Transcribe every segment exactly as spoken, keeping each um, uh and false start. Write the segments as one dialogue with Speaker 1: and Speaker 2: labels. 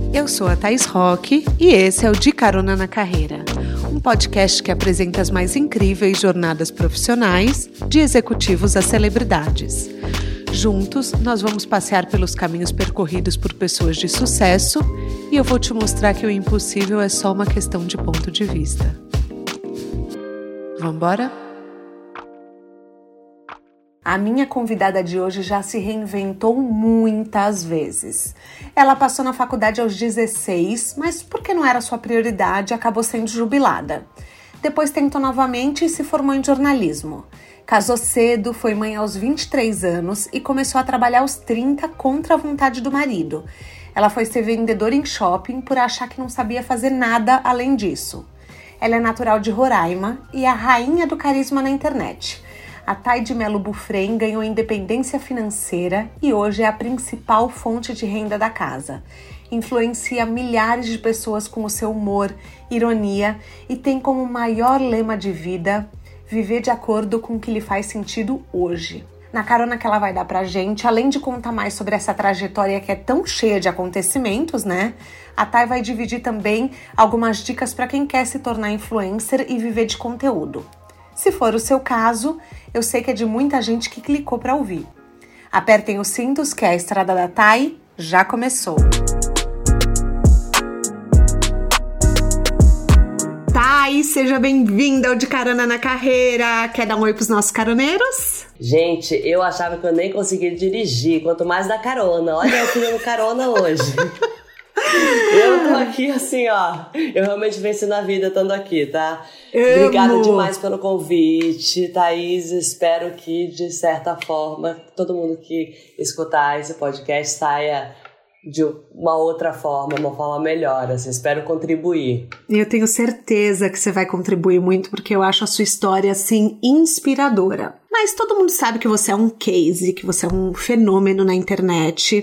Speaker 1: Eu sou a Thaís Roque e esse é o De Carona na Carreira, um podcast que apresenta as mais incríveis jornadas profissionais de executivos a celebridades. Juntos, nós vamos passear pelos caminhos percorridos por pessoas de sucesso e eu vou te mostrar que o impossível é só uma questão de ponto de vista. Vamos embora? A minha convidada de hoje já se reinventou muitas vezes. Ela passou na faculdade aos dezesseis, mas porque não era sua prioridade, acabou sendo jubilada. Depois tentou novamente e se formou em jornalismo. Casou cedo, foi mãe aos vinte e três anos e começou a trabalhar aos trinta contra a vontade do marido. Ela foi ser vendedora em shopping por achar que não sabia fazer nada além disso. Ela é natural de Roraima e é a rainha do carisma na internet. A Thay de Mello Bufrem ganhou independência financeira e hoje é a principal fonte de renda da casa. Influencia milhares de pessoas com o seu humor, ironia e tem como maior lema de vida viver de acordo com o que lhe faz sentido hoje. Na carona que ela vai dar pra gente, além de contar mais sobre essa trajetória que é tão cheia de acontecimentos, né? A Thay vai dividir também algumas dicas para quem quer se tornar influencer e viver de conteúdo. Se for o seu caso, eu sei que é de muita gente que clicou para ouvir. Apertem os cintos que a estrada da Thay já começou. Thay, seja bem-vinda ao De Carona na Carreira. Quer dar um oi pros nossos caroneiros?
Speaker 2: Gente, eu achava que eu nem conseguia dirigir, quanto mais dar carona. Olha eu querendo carona hoje. Eu tô aqui assim, ó. Eu realmente venci na vida estando aqui, tá?
Speaker 1: Amo.
Speaker 2: Obrigada demais pelo convite, Thaís. Espero que, de certa forma, todo mundo que escutar esse podcast saia de uma outra forma, uma forma melhor. Assim, espero contribuir.
Speaker 1: Eu tenho certeza que você vai contribuir muito, porque eu acho a sua história, assim, inspiradora. Mas todo mundo sabe que você é um case, que você é um fenômeno na internet.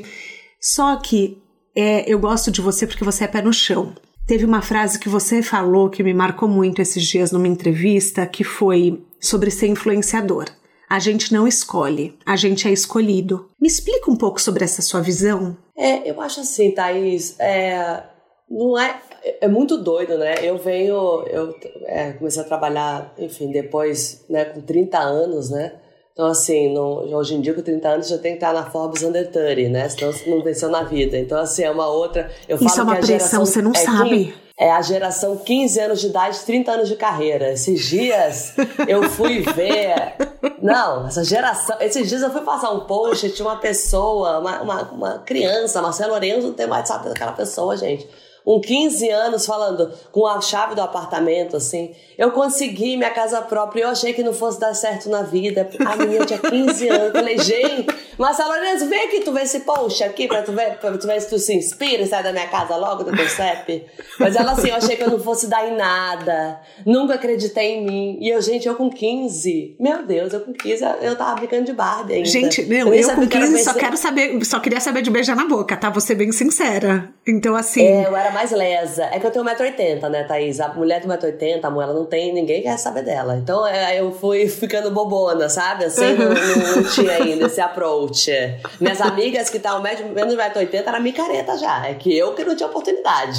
Speaker 1: Só que É, eu gosto de você porque você é pé no chão. Teve uma frase que você falou que me marcou muito esses dias numa entrevista, que foi sobre ser influenciador. A gente não escolhe, a gente é escolhido. Me explica um pouco sobre essa sua visão.
Speaker 2: É, eu acho assim, Thaís, é, não é, é muito doido, né? Eu venho, eu é, comecei a trabalhar, enfim, depois, né, com trinta anos, né? Então, assim, no, hoje em dia, com trinta anos, já tem que estar na Forbes Under trinta, né? Senão você não venceu na vida. Então, assim, é uma outra... Eu falo
Speaker 1: Isso é uma
Speaker 2: que a
Speaker 1: pressão,
Speaker 2: geração,
Speaker 1: você não
Speaker 2: é
Speaker 1: sabe.
Speaker 2: É a geração quinze anos de idade, trinta anos de carreira. Esses dias eu fui ver... Não, essa geração... Esses dias eu fui passar um post, tinha uma pessoa, uma, uma, uma criança, Marcelo Lourenço, não tem mais sabe daquela pessoa, gente. Com quinze anos, falando com a chave do apartamento, assim, eu consegui minha casa própria e eu achei que não fosse dar certo na vida. A menina tinha quinze anos, eu falei, gente, Marcelo Lourenço, vem aqui, tu vê esse post aqui pra tu ver, pra tu ver se tu se inspira e sai da minha casa logo do teu C E P. Mas ela assim, eu achei que eu não fosse dar em nada, nunca acreditei em mim. E eu, gente, eu com quinze, meu Deus, eu com quinze, eu tava brincando de Barbie ainda.
Speaker 1: Gente, não, eu, eu com quinze só quero saber, só queria saber de beijar na boca, tá? Vou ser bem sincera. Então, assim...
Speaker 2: É, eu era mais lesa. É que eu tenho um metro e oitenta, né, Thaís? A mulher de um metro e oitenta, a mulher, ela não tem, ninguém quer saber dela. Então é, eu fui ficando bobona, sabe? Assim, não, não, não tinha ainda esse approach. Minhas amigas que estavam menos de um metro e oitenta eram micareta já. É que eu que não tinha oportunidade.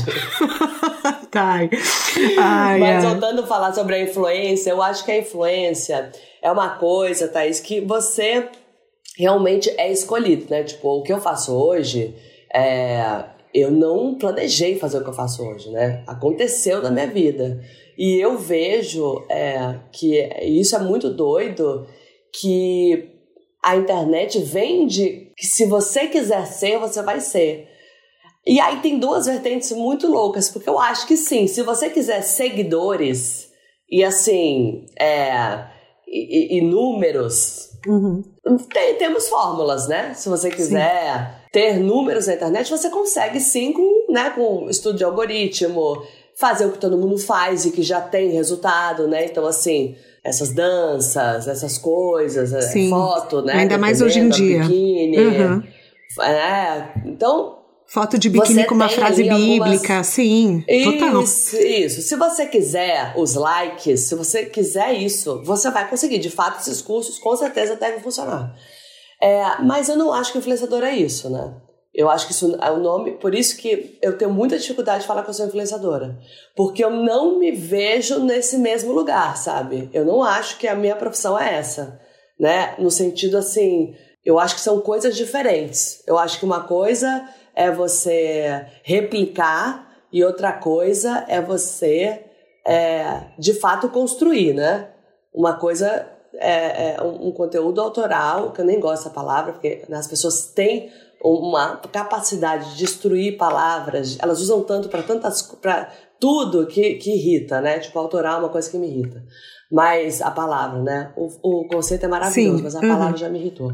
Speaker 1: Tá. Ai,
Speaker 2: Mas
Speaker 1: ai.
Speaker 2: voltando a falar sobre a influência, eu acho que a influência é uma coisa, Thaís, que você realmente é escolhido, né? Tipo, o que eu faço hoje é... Eu não planejei fazer o que eu faço hoje, né? Aconteceu na minha vida. E eu vejo é, que isso é muito doido, que a internet vende que se você quiser ser, você vai ser. E aí tem duas vertentes muito loucas, porque eu acho que sim, se você quiser seguidores e assim, é, e, e números,
Speaker 1: uhum.
Speaker 2: tem, temos fórmulas, né? Se você quiser... Sim. Ter números na internet, você consegue sim com, né, com estudo de algoritmo, fazer o que todo mundo faz e que já tem resultado, né? Então, assim, essas danças, essas coisas, sim. Foto, né?
Speaker 1: Ainda mais hoje em dia.
Speaker 2: Biquíni, uhum. é, então...
Speaker 1: Foto de biquíni com uma frase bíblica, algumas... sim, total.
Speaker 2: Isso, isso. Se você quiser os likes, se você quiser isso, você vai conseguir. De fato, esses cursos com certeza devem funcionar. É, mas eu não acho que influenciador é isso, né? Eu acho que isso é o nome... Por isso que eu tenho muita dificuldade de falar que eu sou influenciadora. Porque eu não me vejo nesse mesmo lugar, sabe? Eu não acho que a minha profissão é essa, né? No sentido, assim... Eu acho que são coisas diferentes. Eu acho que uma coisa é você replicar e outra coisa é você, é, de fato, construir, né? Uma coisa é, é um, um conteúdo autoral, que eu nem gosto dessa palavra, porque as pessoas têm uma capacidade de destruir palavras, elas usam tanto para tantas, para tudo que, que irrita, né? Tipo, autoral é uma coisa que me irrita. Mas a palavra, né? O, o conceito é maravilhoso, Sim. mas a palavra uhum. já me irritou.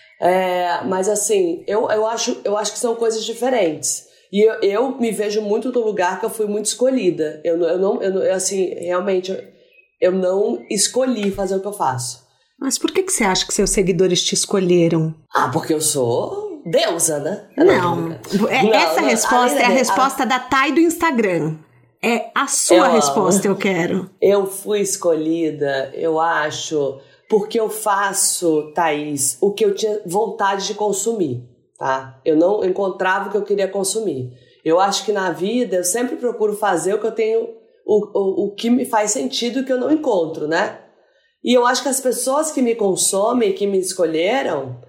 Speaker 2: É, mas assim, eu, eu, acho, eu acho que são coisas diferentes. E eu, eu me vejo muito no lugar que eu fui muito escolhida. Eu, eu não, eu, eu, assim, realmente, eu, eu não escolhi fazer o que eu faço.
Speaker 1: Mas por que, que você acha que seus seguidores te escolheram?
Speaker 2: Ah, porque eu sou deusa, né?
Speaker 1: Eu não, não, não. É, essa não, resposta é a resposta a... da Thay do Instagram. É a sua eu resposta, amo. eu quero.
Speaker 2: Eu fui escolhida, eu acho... Porque eu faço, Thaís, o que eu tinha vontade de consumir, tá? Eu não encontrava o que eu queria consumir. Eu acho que na vida eu sempre procuro fazer o que eu tenho, o, o, o que me faz sentido e que eu não encontro, né? E eu acho que as pessoas que me consomem, que me escolheram,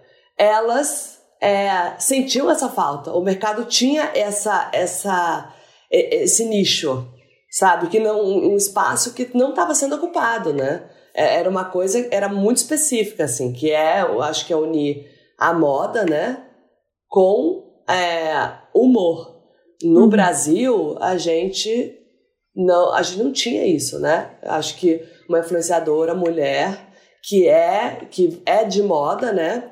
Speaker 2: elas é, sentiam essa falta. O mercado tinha essa, essa, esse nicho, sabe? Que não, um espaço que não estava sendo ocupado, né? Era uma coisa, era muito específica, assim, que é, eu acho que é unir a moda, né, com é, humor. No uhum. Brasil, a gente, não, a gente não tinha isso, né? Acho que uma influenciadora mulher que é, que é de moda, né,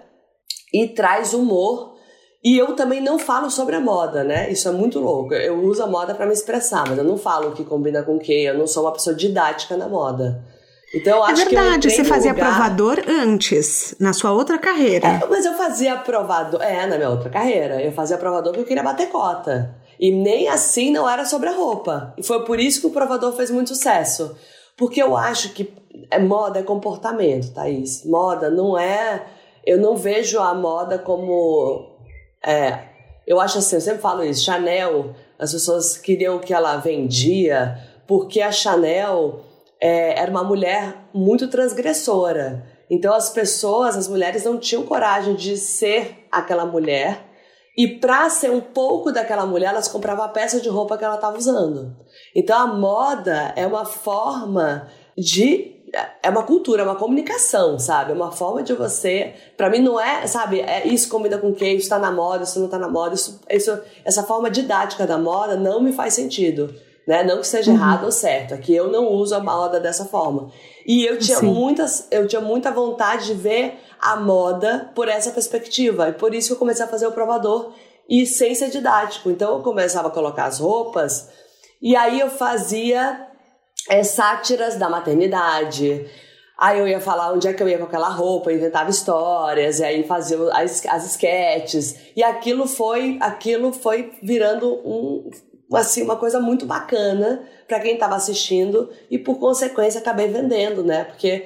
Speaker 2: e traz humor. E eu também não falo sobre a moda, né? Isso é muito louco. Eu uso a moda para me expressar, mas eu não falo o que combina com o que. Eu não sou uma pessoa didática na moda. Então, eu acho
Speaker 1: é verdade,
Speaker 2: que eu
Speaker 1: você fazia
Speaker 2: lugar...
Speaker 1: provador antes, na sua outra carreira.
Speaker 2: É, mas eu fazia provador... É, na minha outra carreira. Eu fazia provador porque eu queria bater cota. E nem assim não era sobre a roupa. E foi por isso que o provador fez muito sucesso. Porque eu acho que é, moda é comportamento, Thaís. Moda não é... Eu não vejo a moda como... É, eu acho assim, eu sempre falo isso. Chanel, as pessoas queriam que ela vendia porque a Chanel... É, era uma mulher muito transgressora. Então as pessoas, as mulheres não tinham coragem de ser aquela mulher. E para ser um pouco daquela mulher, elas compravam a peça de roupa que ela estava usando. Então a moda é uma forma de... É uma cultura, é uma comunicação, sabe? É uma forma de você... Pra mim não é, sabe? É isso combina com o quê? Isso tá na moda, isso não tá na moda. Isso, isso, essa forma didática da moda não me faz sentido. Né? Não que seja uhum. errado ou certo, é que eu não uso a moda dessa forma. E eu tinha, muitas, eu tinha muita vontade de ver a moda por essa perspectiva. E por isso que eu comecei a fazer o provador e sem ser didático. Então eu começava a colocar as roupas e aí eu fazia é, sátiras da maternidade. Aí eu ia falar onde é que eu ia com aquela roupa, inventava histórias, e aí fazia as, as esquetes. E aquilo foi, aquilo foi virando um... assim, uma coisa muito bacana para quem estava assistindo e, por consequência, acabei vendendo, né? Porque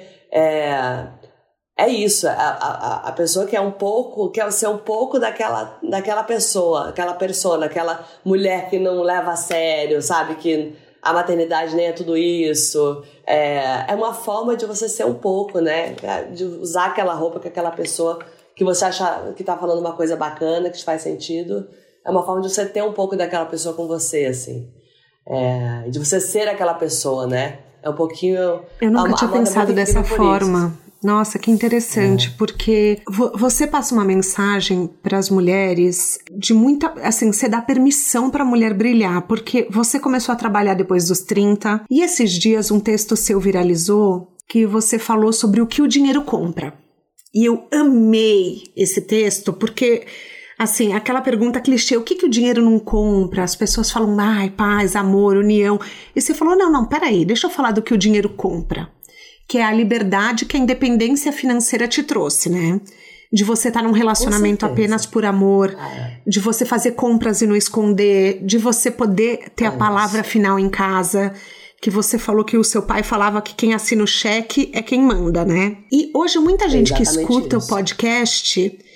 Speaker 2: é, é isso, a, a, a pessoa quer um pouco, quer ser um pouco daquela, daquela pessoa, aquela persona, aquela mulher que não leva a sério, sabe? Que a maternidade nem é tudo isso. É, é uma forma de você ser um pouco, né? De usar aquela roupa que aquela pessoa que você acha que tá falando uma coisa bacana, que te faz sentido. É uma forma de você ter um pouco daquela pessoa com você, assim. É, de você ser aquela pessoa, né? É um pouquinho...
Speaker 1: Eu nunca
Speaker 2: a,
Speaker 1: tinha
Speaker 2: a
Speaker 1: pensado
Speaker 2: é
Speaker 1: dessa forma. Nossa, que interessante, é. Porque você passa uma mensagem para as mulheres de muita... Assim, você dá permissão para a mulher brilhar, porque você começou a trabalhar depois dos trinta, e esses dias um texto seu viralizou que você falou sobre o que o dinheiro compra. E eu amei esse texto, porque... Assim, aquela pergunta clichê, o que, que o dinheiro não compra? As pessoas falam, ai, paz, amor, união. E você falou, não, não, peraí, deixa eu falar do que o dinheiro compra. Que é a liberdade que a independência financeira te trouxe, né? De você estar num relacionamento apenas por amor, ah, é. de você fazer compras e não esconder, de você poder ter é a palavra isso. final em casa, que você falou que o seu pai falava que quem assina o cheque é quem manda, né? E hoje muita gente é que escuta isso. o podcast...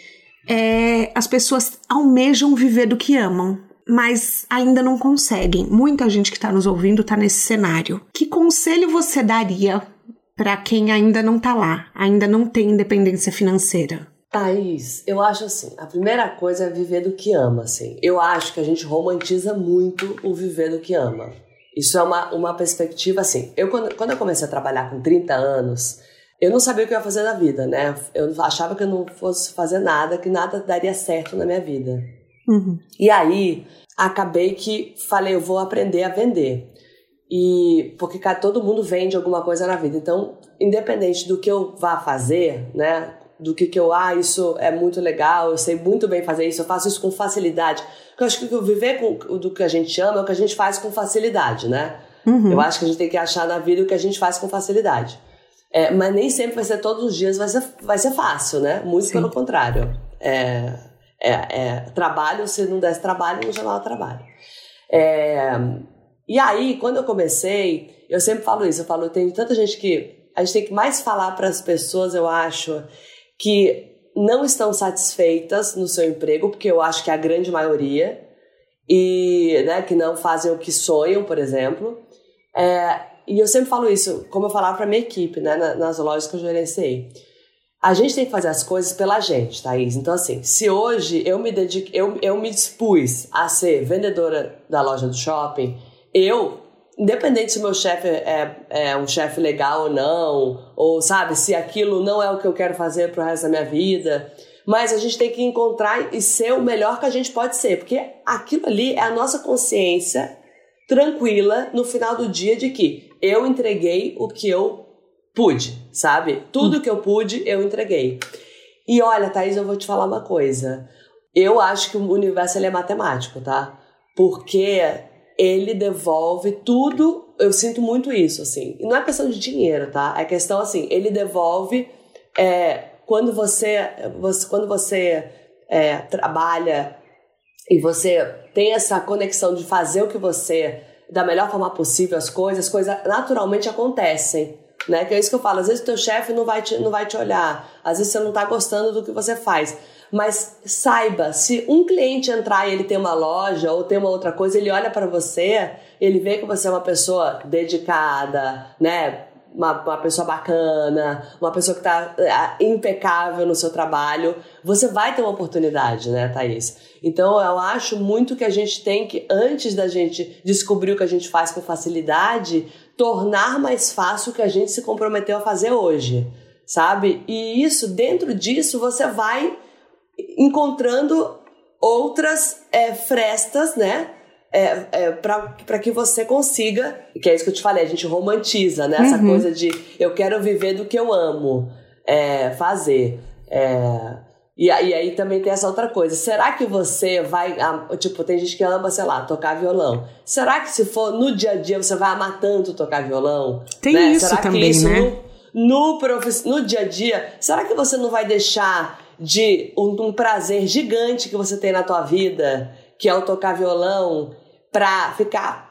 Speaker 1: é, as pessoas almejam viver do que amam, mas ainda não conseguem. Muita gente que está nos ouvindo está nesse cenário. Que conselho você daria para quem ainda não está lá, ainda não tem independência financeira?
Speaker 2: Thaís, eu acho assim, a primeira coisa é viver do que ama, assim. Eu acho que a gente romantiza muito o viver do que ama. Isso é uma, uma perspectiva, assim, eu quando, quando eu comecei a trabalhar com trinta anos, eu não sabia o que eu ia fazer na vida, né? Eu achava que eu não fosse fazer nada, que nada daria certo na minha vida.
Speaker 1: Uhum.
Speaker 2: E aí, acabei que falei, eu vou aprender a vender. E porque cara, todo mundo vende alguma coisa na vida. Então, independente do que eu vá fazer, né? Do que que eu, ah, isso é muito legal, eu sei muito bem fazer isso, eu faço isso com facilidade. Porque eu acho que viver com, do que a gente ama é o que a gente faz com facilidade, né?
Speaker 1: Uhum.
Speaker 2: Eu acho que a gente tem que achar na vida o que a gente faz com facilidade. É, mas nem sempre vai ser todos os dias, vai ser, vai ser fácil, né? Muito Sim. pelo contrário. É, é, é, trabalho, se não desse trabalho, não chamava trabalho. É, e aí, quando eu comecei, eu sempre falo isso, eu falo, tem tanta gente que a gente tem que mais falar para as pessoas, eu acho, que não estão satisfeitas no seu emprego, porque eu acho que é a grande maioria, e né, que não fazem o que sonham, por exemplo. É, e eu sempre falo isso, como eu falava para minha equipe, né, nas lojas que eu gerenciei. A gente tem que fazer as coisas pela gente, Thaís. Então, assim, se hoje eu me dedico, eu, eu me dispus a ser vendedora da loja do shopping, eu, independente se o meu chefe é, é um chefe legal ou não, ou, sabe, se aquilo não é o que eu quero fazer pro resto da minha vida, mas a gente tem que encontrar e ser o melhor que a gente pode ser, porque aquilo ali é a nossa consciência tranquila no final do dia de que eu entreguei o que eu pude, sabe? Tudo que eu pude, eu entreguei. E olha, Thaís, eu vou te falar uma coisa. Eu acho que o universo ele é matemático, tá? Porque ele devolve tudo, eu sinto muito isso, assim. E não é questão de dinheiro, tá? É questão, assim, ele devolve é, quando você, você, quando você é, trabalha e você tem essa conexão de fazer o que você, da melhor forma possível, as coisas, as coisas naturalmente acontecem. Né? Que é isso que eu falo, às vezes o teu chefe não vai te, não vai te olhar, às vezes você não tá gostando do que você faz, mas saiba, se um cliente entrar e ele tem uma loja ou tem uma outra coisa, ele olha para você, ele vê que você é uma pessoa dedicada, né? Uma, uma pessoa bacana, uma pessoa que tá impecável no seu trabalho, você vai ter uma oportunidade, né, Thaís? Então eu acho muito que a gente tem que, antes da gente descobrir o que a gente faz com facilidade, tornar mais fácil o que a gente se comprometeu a fazer hoje, sabe? E isso, dentro disso, você vai encontrando outras é, frestas, né? É, é, para que você consiga, que é isso que eu te falei, a gente romantiza, né? Essa uhum. coisa de eu quero viver do que eu amo é, fazer. É, e, e aí também tem essa outra coisa. Será que você vai... Tipo, tem gente que ama, sei lá, tocar violão. Será que se for no dia a dia você vai amar tanto tocar violão?
Speaker 1: Tem
Speaker 2: né?
Speaker 1: isso
Speaker 2: será
Speaker 1: também,
Speaker 2: que isso
Speaker 1: né?
Speaker 2: No, no, profi- no dia a dia, será que você não vai deixar de um, um prazer gigante que você tem na tua vida, que é o tocar violão, pra ficar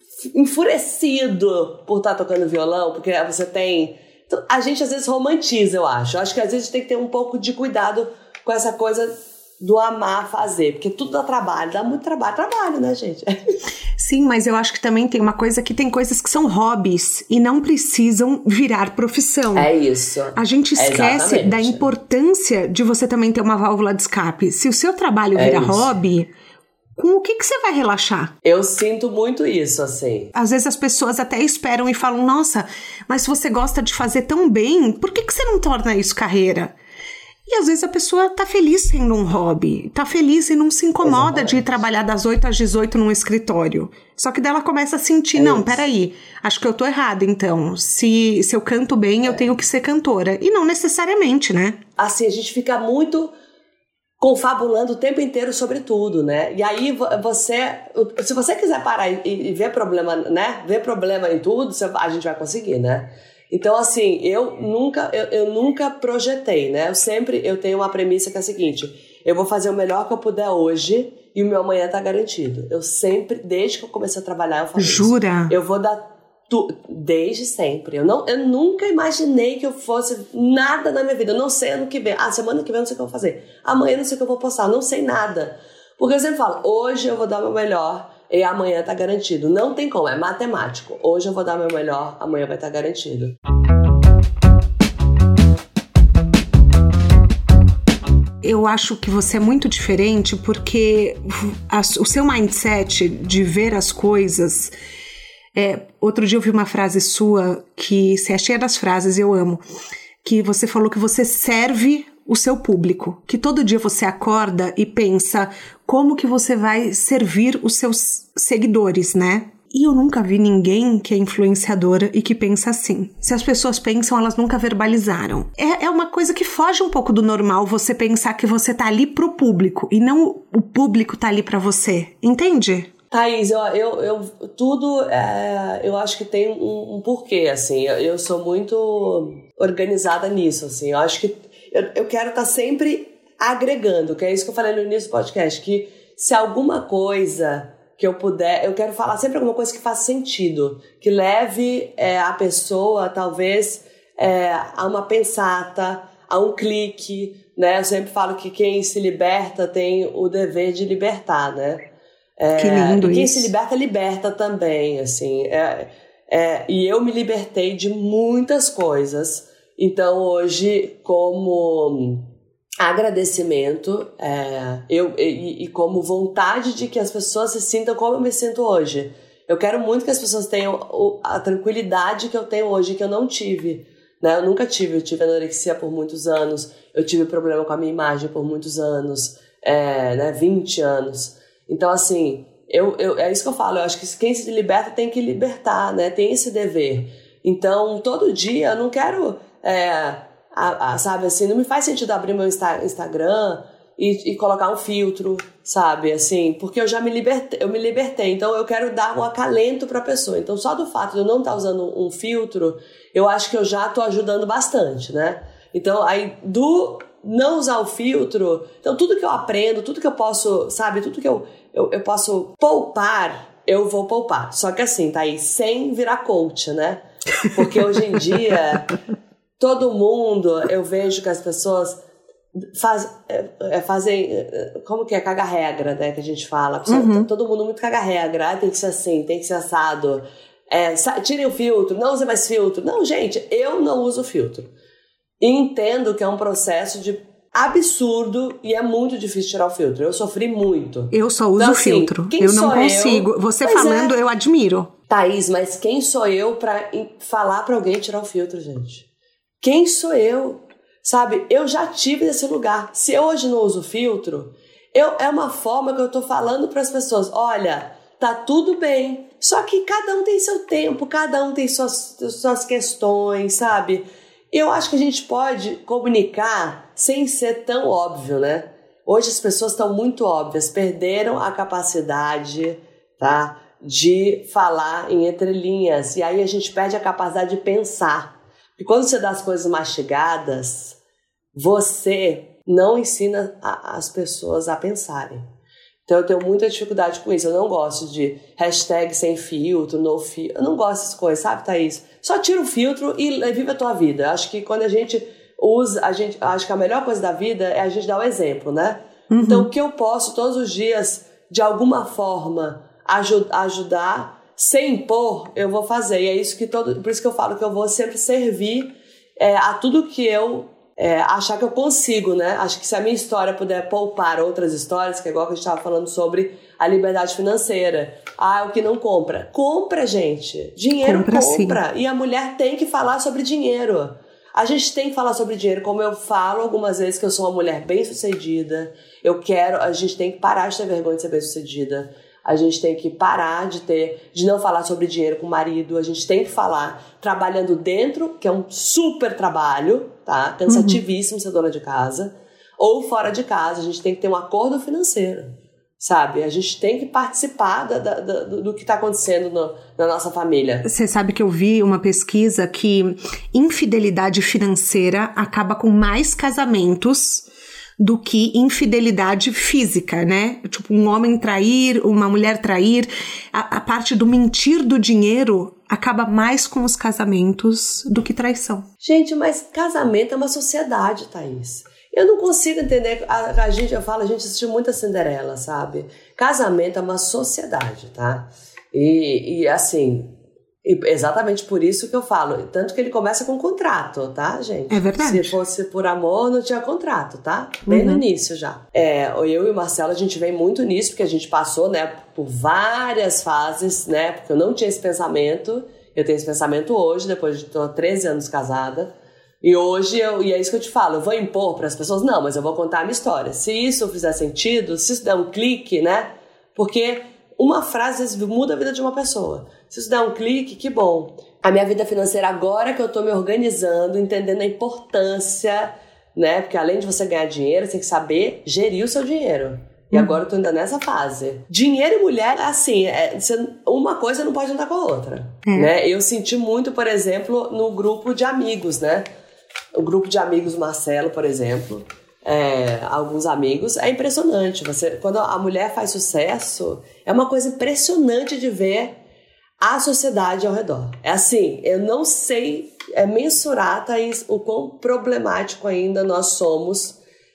Speaker 2: enfurecido por estar tocando violão, porque você tem... Então, a gente às vezes romantiza, eu acho. Eu acho que às vezes tem que ter um pouco de cuidado com essa coisa do amar fazer, porque tudo dá trabalho, dá muito trabalho. Trabalho, né, gente?
Speaker 1: Sim, mas eu acho que também tem uma coisa que tem coisas que são hobbies e não precisam virar profissão.
Speaker 2: É isso.
Speaker 1: A gente esquece
Speaker 2: é
Speaker 1: da importância de você também ter uma válvula de escape. Se o seu trabalho
Speaker 2: é
Speaker 1: vira
Speaker 2: isso.
Speaker 1: hobby... Com o que, que você vai relaxar?
Speaker 2: Eu sinto muito isso, assim.
Speaker 1: Às vezes as pessoas até esperam e falam, nossa, mas se você gosta de fazer tão bem, por que, que você não torna isso carreira? E às vezes a pessoa tá feliz sendo um hobby, tá feliz e não se incomoda Exatamente. De ir trabalhar das oito às dezoito num escritório. Só que daí ela começa a sentir, é não, isso. peraí, acho que eu tô errada então. Se, se eu canto bem, é. eu tenho que ser cantora. E não necessariamente, né?
Speaker 2: Assim, a gente fica muito... confabulando o tempo inteiro sobre tudo, né? E aí você, se você quiser parar e, e ver problema, né? Ver problema em tudo, você, a gente vai conseguir, né? Então, assim, eu nunca, eu, eu nunca projetei, né? Eu sempre, eu tenho uma premissa que é a seguinte, eu vou fazer o melhor que eu puder hoje e o meu amanhã tá garantido. Eu sempre, desde que eu comecei a trabalhar, eu faço
Speaker 1: Jura?
Speaker 2: isso. Eu vou dar Tu, desde sempre. Eu, não, eu nunca imaginei que eu fosse nada na minha vida. Eu não sei ano que vem. Ah, semana que vem eu não sei o que eu vou fazer. Amanhã eu não sei o que eu vou postar. Eu não sei nada. Porque eu sempre falo, hoje eu vou dar o meu melhor e amanhã tá garantido. Não tem como, é matemático. Hoje eu vou dar o meu melhor, amanhã vai estar garantido.
Speaker 1: Eu acho que você é muito diferente porque a, o seu mindset de ver as coisas... É, outro dia eu vi uma frase sua que você é cheia das frases, eu amo, que você falou que você serve o seu público, que todo dia você acorda e pensa como que você vai servir os seus seguidores, né? E eu nunca vi ninguém que é influenciadora e que pensa assim. Se as pessoas pensam, elas nunca verbalizaram. É, é uma coisa que foge um pouco do normal você pensar que você tá ali pro público e não o público tá ali pra você, entende?
Speaker 2: Thaís, eu, eu, eu, tudo, é, eu acho que tem um, um porquê, assim, eu, eu sou muito organizada nisso, assim, eu acho que eu, eu quero estar sempre agregando, que é isso que eu falei no início do podcast, que se alguma coisa que eu puder, eu quero falar sempre alguma coisa que faça sentido, que leve é, a pessoa, talvez, é, a uma pensata, a um clique, né, eu sempre falo que quem se liberta tem o dever de libertar, né. É,
Speaker 1: que lindo
Speaker 2: e quem
Speaker 1: isso.
Speaker 2: se liberta, liberta também, assim, é, é, e eu me libertei de muitas coisas, então hoje, como agradecimento, é, eu, e, e como vontade de que as pessoas se sintam como eu me sinto hoje, eu quero muito que as pessoas tenham a tranquilidade que eu tenho hoje, que eu não tive, né, eu nunca tive, eu tive anorexia por muitos anos, eu tive problema com a minha imagem por muitos anos, é, né, vinte anos. Então, assim, eu, eu, é isso que eu falo, eu acho que quem se liberta tem que libertar, né? Tem esse dever. Então, todo dia eu não quero, é, a, a, sabe, assim, não me faz sentido abrir meu Insta, Instagram e, e colocar um filtro, sabe, assim, porque eu já me libertei, eu me libertei, então eu quero dar um acalento pra pessoa. Então, só do fato de eu não estar usando um filtro, eu acho que eu já tô ajudando bastante, né? Então, aí, do... não usar o filtro, então tudo que eu aprendo, tudo que eu posso, sabe, tudo que eu, eu, eu posso poupar, eu vou poupar. Só que assim, tá aí, sem virar coach, né? Porque hoje em dia, todo mundo, eu vejo que as pessoas faz, é, fazem, como que é, caga-regra, né, que a gente fala. Uhum. Todo mundo muito caga-regra, ah, tem que ser assim, tem que ser assado, é, tirem o filtro, não use mais filtro. Não, gente, eu não uso filtro. E entendo que é um processo de absurdo e é muito difícil tirar o filtro. Eu sofri muito.
Speaker 1: Eu só uso
Speaker 2: então,
Speaker 1: assim, filtro.
Speaker 2: Quem
Speaker 1: eu não
Speaker 2: sou
Speaker 1: consigo.
Speaker 2: Eu?
Speaker 1: Você
Speaker 2: Pois
Speaker 1: falando,
Speaker 2: é.
Speaker 1: Eu admiro.
Speaker 2: Thaís, mas quem sou eu pra falar pra alguém tirar o filtro, gente? Quem sou eu? Sabe, eu já tive nesse lugar. Se eu hoje não uso filtro, eu, é uma forma que eu tô falando pras pessoas. Olha, tá tudo bem. Só que cada um tem seu tempo, cada um tem suas, suas questões, sabe? Eu acho que a gente pode comunicar sem ser tão óbvio, né? Hoje as pessoas estão muito óbvias, perderam a capacidade, tá, de falar em entrelinhas. E aí a gente perde a capacidade de pensar. E quando você dá as coisas mastigadas, você não ensina a, as pessoas a pensarem. Então eu tenho muita dificuldade com isso. Eu não gosto de hashtag sem filtro, no filtro. Eu não gosto dessas coisas, sabe, Thaís? Só tira o filtro e vive a tua vida. Acho que quando a gente usa, a gente, acho que a melhor coisa da vida é a gente dar o exemplo, né? Uhum. Então o que eu posso todos os dias, de alguma forma, aj- ajudar, sem impor, eu vou fazer. E é isso que todo, por isso que eu falo que eu vou sempre servir é, a tudo que eu É, achar que eu consigo, né? Acho que se a minha história puder poupar outras histórias, que é igual que a gente estava falando sobre a liberdade financeira. Ah, o que não compra. Compra, gente. Dinheiro compra. compra. Sim. E a mulher tem que falar sobre dinheiro. A gente tem que falar sobre dinheiro, como eu falo algumas vezes que eu sou uma mulher bem-sucedida. Eu quero... A gente tem que parar de ter vergonha de ser bem-sucedida. A gente tem que parar de ter, de não falar sobre dinheiro com o marido. A gente tem que falar trabalhando dentro, que é um super trabalho, tá? Cansativíssimo uhum. ser dona de casa. Ou fora de casa, a gente tem que ter um acordo financeiro, sabe? A gente tem que participar da, da, da, do que está acontecendo no, na nossa família.
Speaker 1: Você sabe que eu vi uma pesquisa que infidelidade financeira acaba com mais casamentos do que infidelidade física, né? Tipo, um homem trair, uma mulher trair. A, a parte do mentir do dinheiro acaba mais com os casamentos do que traição.
Speaker 2: Gente, mas casamento é uma sociedade, Thaís. Eu não consigo entender, a, a gente, eu falo, a gente assistiu muita Cinderela, sabe? Casamento é uma sociedade, tá? E, e assim, e exatamente por isso que eu falo, tanto que ele começa com contrato, tá, gente?
Speaker 1: É verdade.
Speaker 2: Se fosse por amor, não tinha contrato, tá? Bem uhum. no início já. É, eu e o Marcelo, a gente vem muito nisso, porque a gente passou, né, por várias fases, né? Porque eu não tinha esse pensamento, eu tenho esse pensamento hoje, depois de tô treze anos casada. E hoje, eu, e é isso que eu te falo, eu vou impor para as pessoas? Não, mas eu vou contar a minha história. Se isso fizer sentido, se isso der um clique, né? Porque uma frase às vezes muda a vida de uma pessoa. Se isso der um clique, que bom. A minha vida financeira, agora que eu tô me organizando, entendendo a importância, né? Porque além de você ganhar dinheiro, você tem que saber gerir o seu dinheiro. E hum. agora eu tô ainda nessa fase. Dinheiro e mulher, assim, é, uma coisa não pode andar com a outra. Hum. Né? Eu senti muito, por exemplo, no grupo de amigos, né? O grupo de amigos Marcelo, por exemplo, é, alguns amigos, é impressionante. Você, quando a mulher faz sucesso, é uma coisa impressionante de ver a sociedade ao redor. É assim, eu não sei é, mensurar, Thaís, o quão problemático ainda nós somos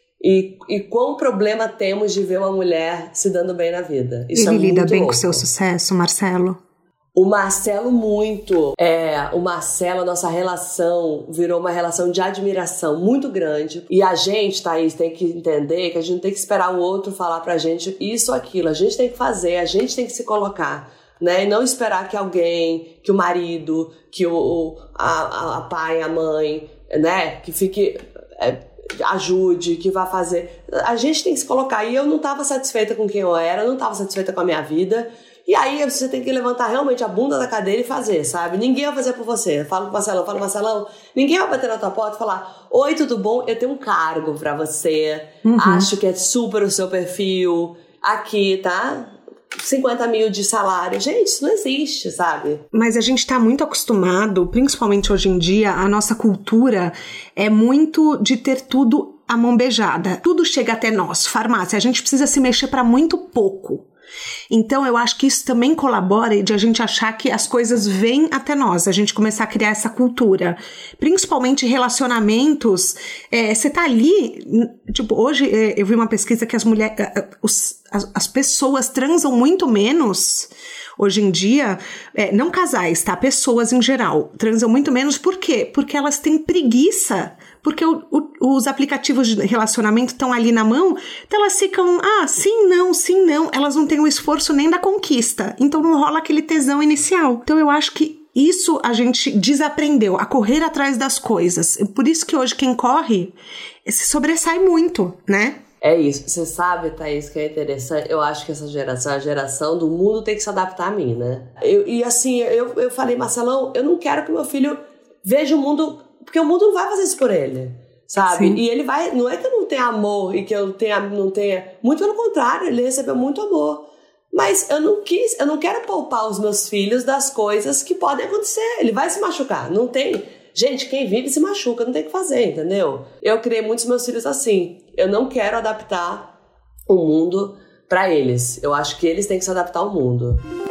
Speaker 2: e, e quão problema temos de ver uma mulher se dando bem na vida. Isso
Speaker 1: Ele
Speaker 2: é
Speaker 1: lida
Speaker 2: muito
Speaker 1: bem
Speaker 2: louco.
Speaker 1: com o seu sucesso, Marcelo?
Speaker 2: O Marcelo muito. É, o Marcelo, a nossa relação virou uma relação de admiração muito grande. E a gente, Thaís, tem que entender que a gente não tem que esperar o outro falar pra gente isso ou aquilo. A gente tem que fazer, a gente tem que se colocar, né? E não esperar que alguém, que o marido, que o, a, a pai, a mãe, né? Que fique... É, ajude, que vá fazer. A gente tem que se colocar. E eu não estava satisfeita com quem eu era, eu não estava satisfeita com a minha vida. E aí você tem que levantar realmente a bunda da cadeira e fazer, sabe? Ninguém vai fazer por você. Eu falo com o Marcelão, falo, Marcelão, ninguém vai bater na tua porta e falar: oi, tudo bom? Eu tenho um cargo pra você. Uhum. Acho que é super o seu perfil. Aqui, tá? cinquenta mil de salário. Gente, isso não existe, sabe?
Speaker 1: Mas a gente tá muito acostumado, principalmente hoje em dia, a nossa cultura é muito de ter tudo à mão beijada. Tudo chega até nós. Farmácia, a gente precisa se mexer pra muito pouco. Então eu acho que isso também colabora de a gente achar que as coisas vêm até nós, a gente começar a criar essa cultura, principalmente relacionamentos. É, você tá ali, tipo, hoje é, eu vi uma pesquisa que as mulheres, os, as, as pessoas transam muito menos hoje em dia, é, não casais, tá? Pessoas em geral transam muito menos. Por quê? Porque elas têm preguiça. Porque o, o, os aplicativos de relacionamento estão ali na mão, então elas ficam, ah, sim, não, sim, não. Elas não têm o esforço nem da conquista, então não rola aquele tesão inicial. Então eu acho que isso a gente desaprendeu, a correr atrás das coisas. Por isso que hoje quem corre se sobressai muito, né?
Speaker 2: É isso. Você sabe, Thaís, que é interessante? Eu acho que essa geração é a geração do mundo tem que se adaptar a mim, né? Eu, e assim, eu, eu falei, Marcelão, eu não quero que meu filho veja o mundo... Porque o mundo não vai fazer isso por ele, sabe? Sim. E ele vai... Não é que eu não tenha amor e que eu tenha, não tenha... Muito pelo contrário, ele recebeu muito amor. Mas eu não quis... Eu não quero poupar os meus filhos das coisas que podem acontecer. Ele vai se machucar. Não tem... Gente, quem vive se machuca. Não tem o que fazer, entendeu? Eu criei muitos meus filhos assim. Eu não quero adaptar o mundo pra eles. Eu acho que eles têm que se adaptar ao mundo.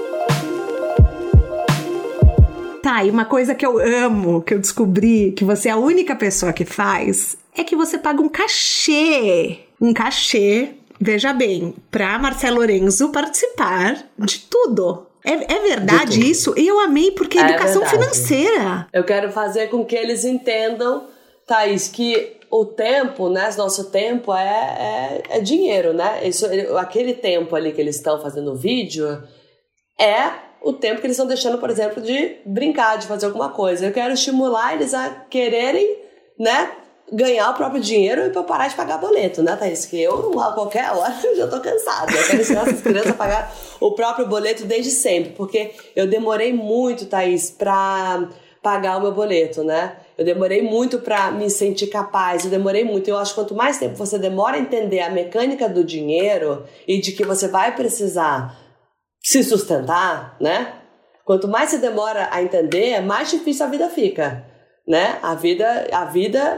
Speaker 1: Tá, e uma coisa que eu amo, que eu descobri, que você é a única pessoa que faz, é que você paga um cachê. Um cachê, veja bem, pra Marcelo Lorenzo participar de tudo. É, é verdade isso? E eu amei, porque é educação verdade. Financeira.
Speaker 2: Eu quero fazer com que eles entendam, Thaís, que o tempo, né, nosso tempo é, é, é dinheiro, né? Isso, aquele tempo ali que eles estão fazendo o vídeo é... o tempo que eles estão deixando, por exemplo, de brincar, de fazer alguma coisa. Eu quero estimular eles a quererem, né, ganhar o próprio dinheiro e para parar de pagar boleto, né, Thaís? Que eu, a qualquer hora, eu já tô cansada. Eu quero ensinar essas crianças a pagar o próprio boleto desde sempre, porque eu demorei muito, Thaís, para pagar o meu boleto, né? Eu demorei muito para me sentir capaz, eu demorei muito. Eu acho que quanto mais tempo você demora a entender a mecânica do dinheiro e de que você vai precisar se sustentar, né? Quanto mais você demora a entender, mais difícil a vida fica, né? A vida, a vida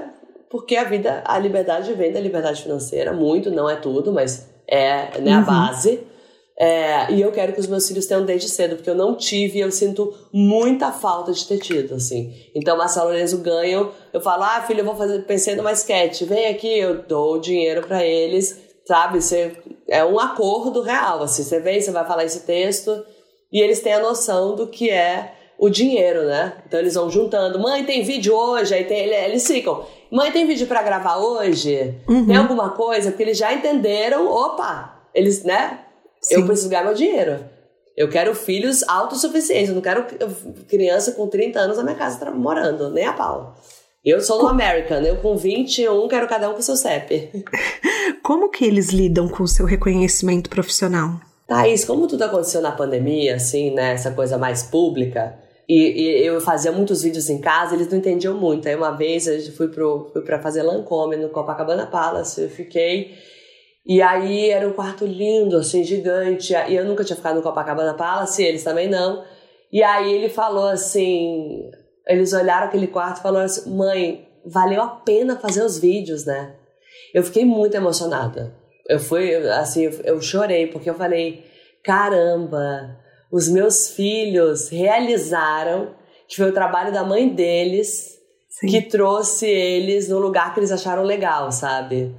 Speaker 2: porque a vida, a liberdade vem da liberdade financeira, muito, não é tudo, mas é, né, a uhum. base. É, e eu quero que os meus filhos tenham desde cedo, porque eu não tive e eu sinto muita falta de ter tido, assim. Então, Marcelo e Lorenzo ganham, eu falo, ah, filho, eu vou fazer, pensei numa sketch, vem aqui, eu dou o dinheiro pra eles, sabe? Você, é um acordo real, assim, você vem, você vai falar esse texto, e eles têm a noção do que é o dinheiro, né? Então, eles vão juntando, mãe, tem vídeo hoje, aí tem, eles ficam, mãe, tem vídeo pra gravar hoje? Uhum. Tem alguma coisa? Porque eles já entenderam, opa, eles, né? Sim. Eu preciso ganhar meu dinheiro. Eu quero filhos autossuficientes. Eu não quero criança com trinta anos na minha casa morando, nem a pau. Eu sou no American. Eu com vinte e um quero cada um com seu C E P.
Speaker 1: Como que eles lidam com o seu reconhecimento profissional?
Speaker 2: Thaís, como tudo aconteceu na pandemia, assim, né? Essa coisa mais pública. E, e eu fazia muitos vídeos em casa, eles não entendiam muito. Aí uma vez eu fui, pro, fui pra fazer Lancôme no Copacabana Palace. Eu fiquei... E aí era um quarto lindo, assim, gigante. E eu nunca tinha ficado no Copacabana Palace, eles também não. E aí ele falou assim... Eles olharam aquele quarto e falaram assim... Mãe, valeu a pena fazer os vídeos, né? Eu fiquei muito emocionada. Eu fui, assim, eu chorei, porque eu falei... Caramba, os meus filhos realizaram... Que foi o trabalho da mãe deles... Sim. Que trouxe eles no lugar que eles acharam legal, sabe?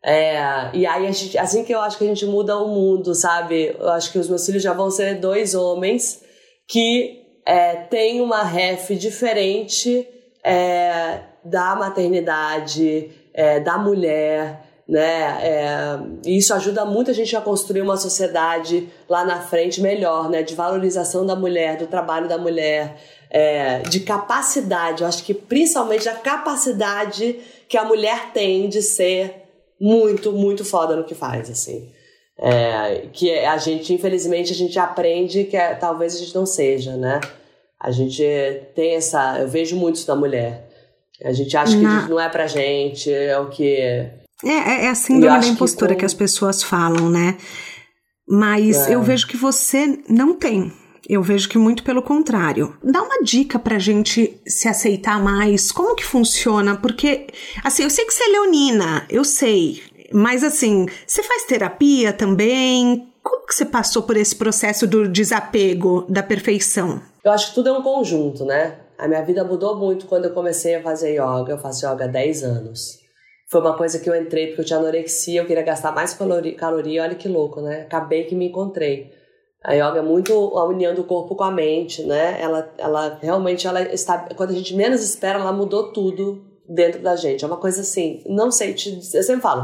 Speaker 2: É, e aí a gente, assim que eu acho que a gente muda o mundo, sabe? Eu acho que os meus filhos já vão ser dois homens que é, têm uma ref diferente é, da maternidade, é, da mulher, né? É, e isso ajuda muito a gente a construir uma sociedade lá na frente melhor, né? De valorização da mulher, do trabalho da mulher, é, de capacidade. Eu acho que principalmente a capacidade que a mulher tem de ser muito, muito foda no que faz, assim. É, que a gente, infelizmente, a gente aprende que é, talvez a gente não seja, né? A gente tem essa... Eu vejo muito isso da mulher. A gente acha que na... não é pra gente, é o que... É,
Speaker 1: é, é a síndrome da impostura que, com... que as pessoas falam, né? Mas é. eu vejo que você não tem. Eu vejo que muito pelo contrário. Dá uma dica pra gente se aceitar mais. Como que funciona? Porque, assim, eu sei que você é leonina, eu sei. Mas, assim, você faz terapia também? Como que você passou por esse processo do desapego, da perfeição?
Speaker 2: Eu acho que tudo é um conjunto, né? A minha vida mudou muito quando eu comecei a fazer yoga. Eu faço yoga há dez anos. Foi uma coisa que eu entrei porque eu tinha anorexia, eu queria gastar mais caloria. caloria olha que louco, né? Acabei que me encontrei. A yoga é muito a união do corpo com a mente, né? Ela, ela realmente, ela está, quando a gente menos espera, ela mudou tudo dentro da gente. É uma coisa assim, não sei, te, eu sempre falo,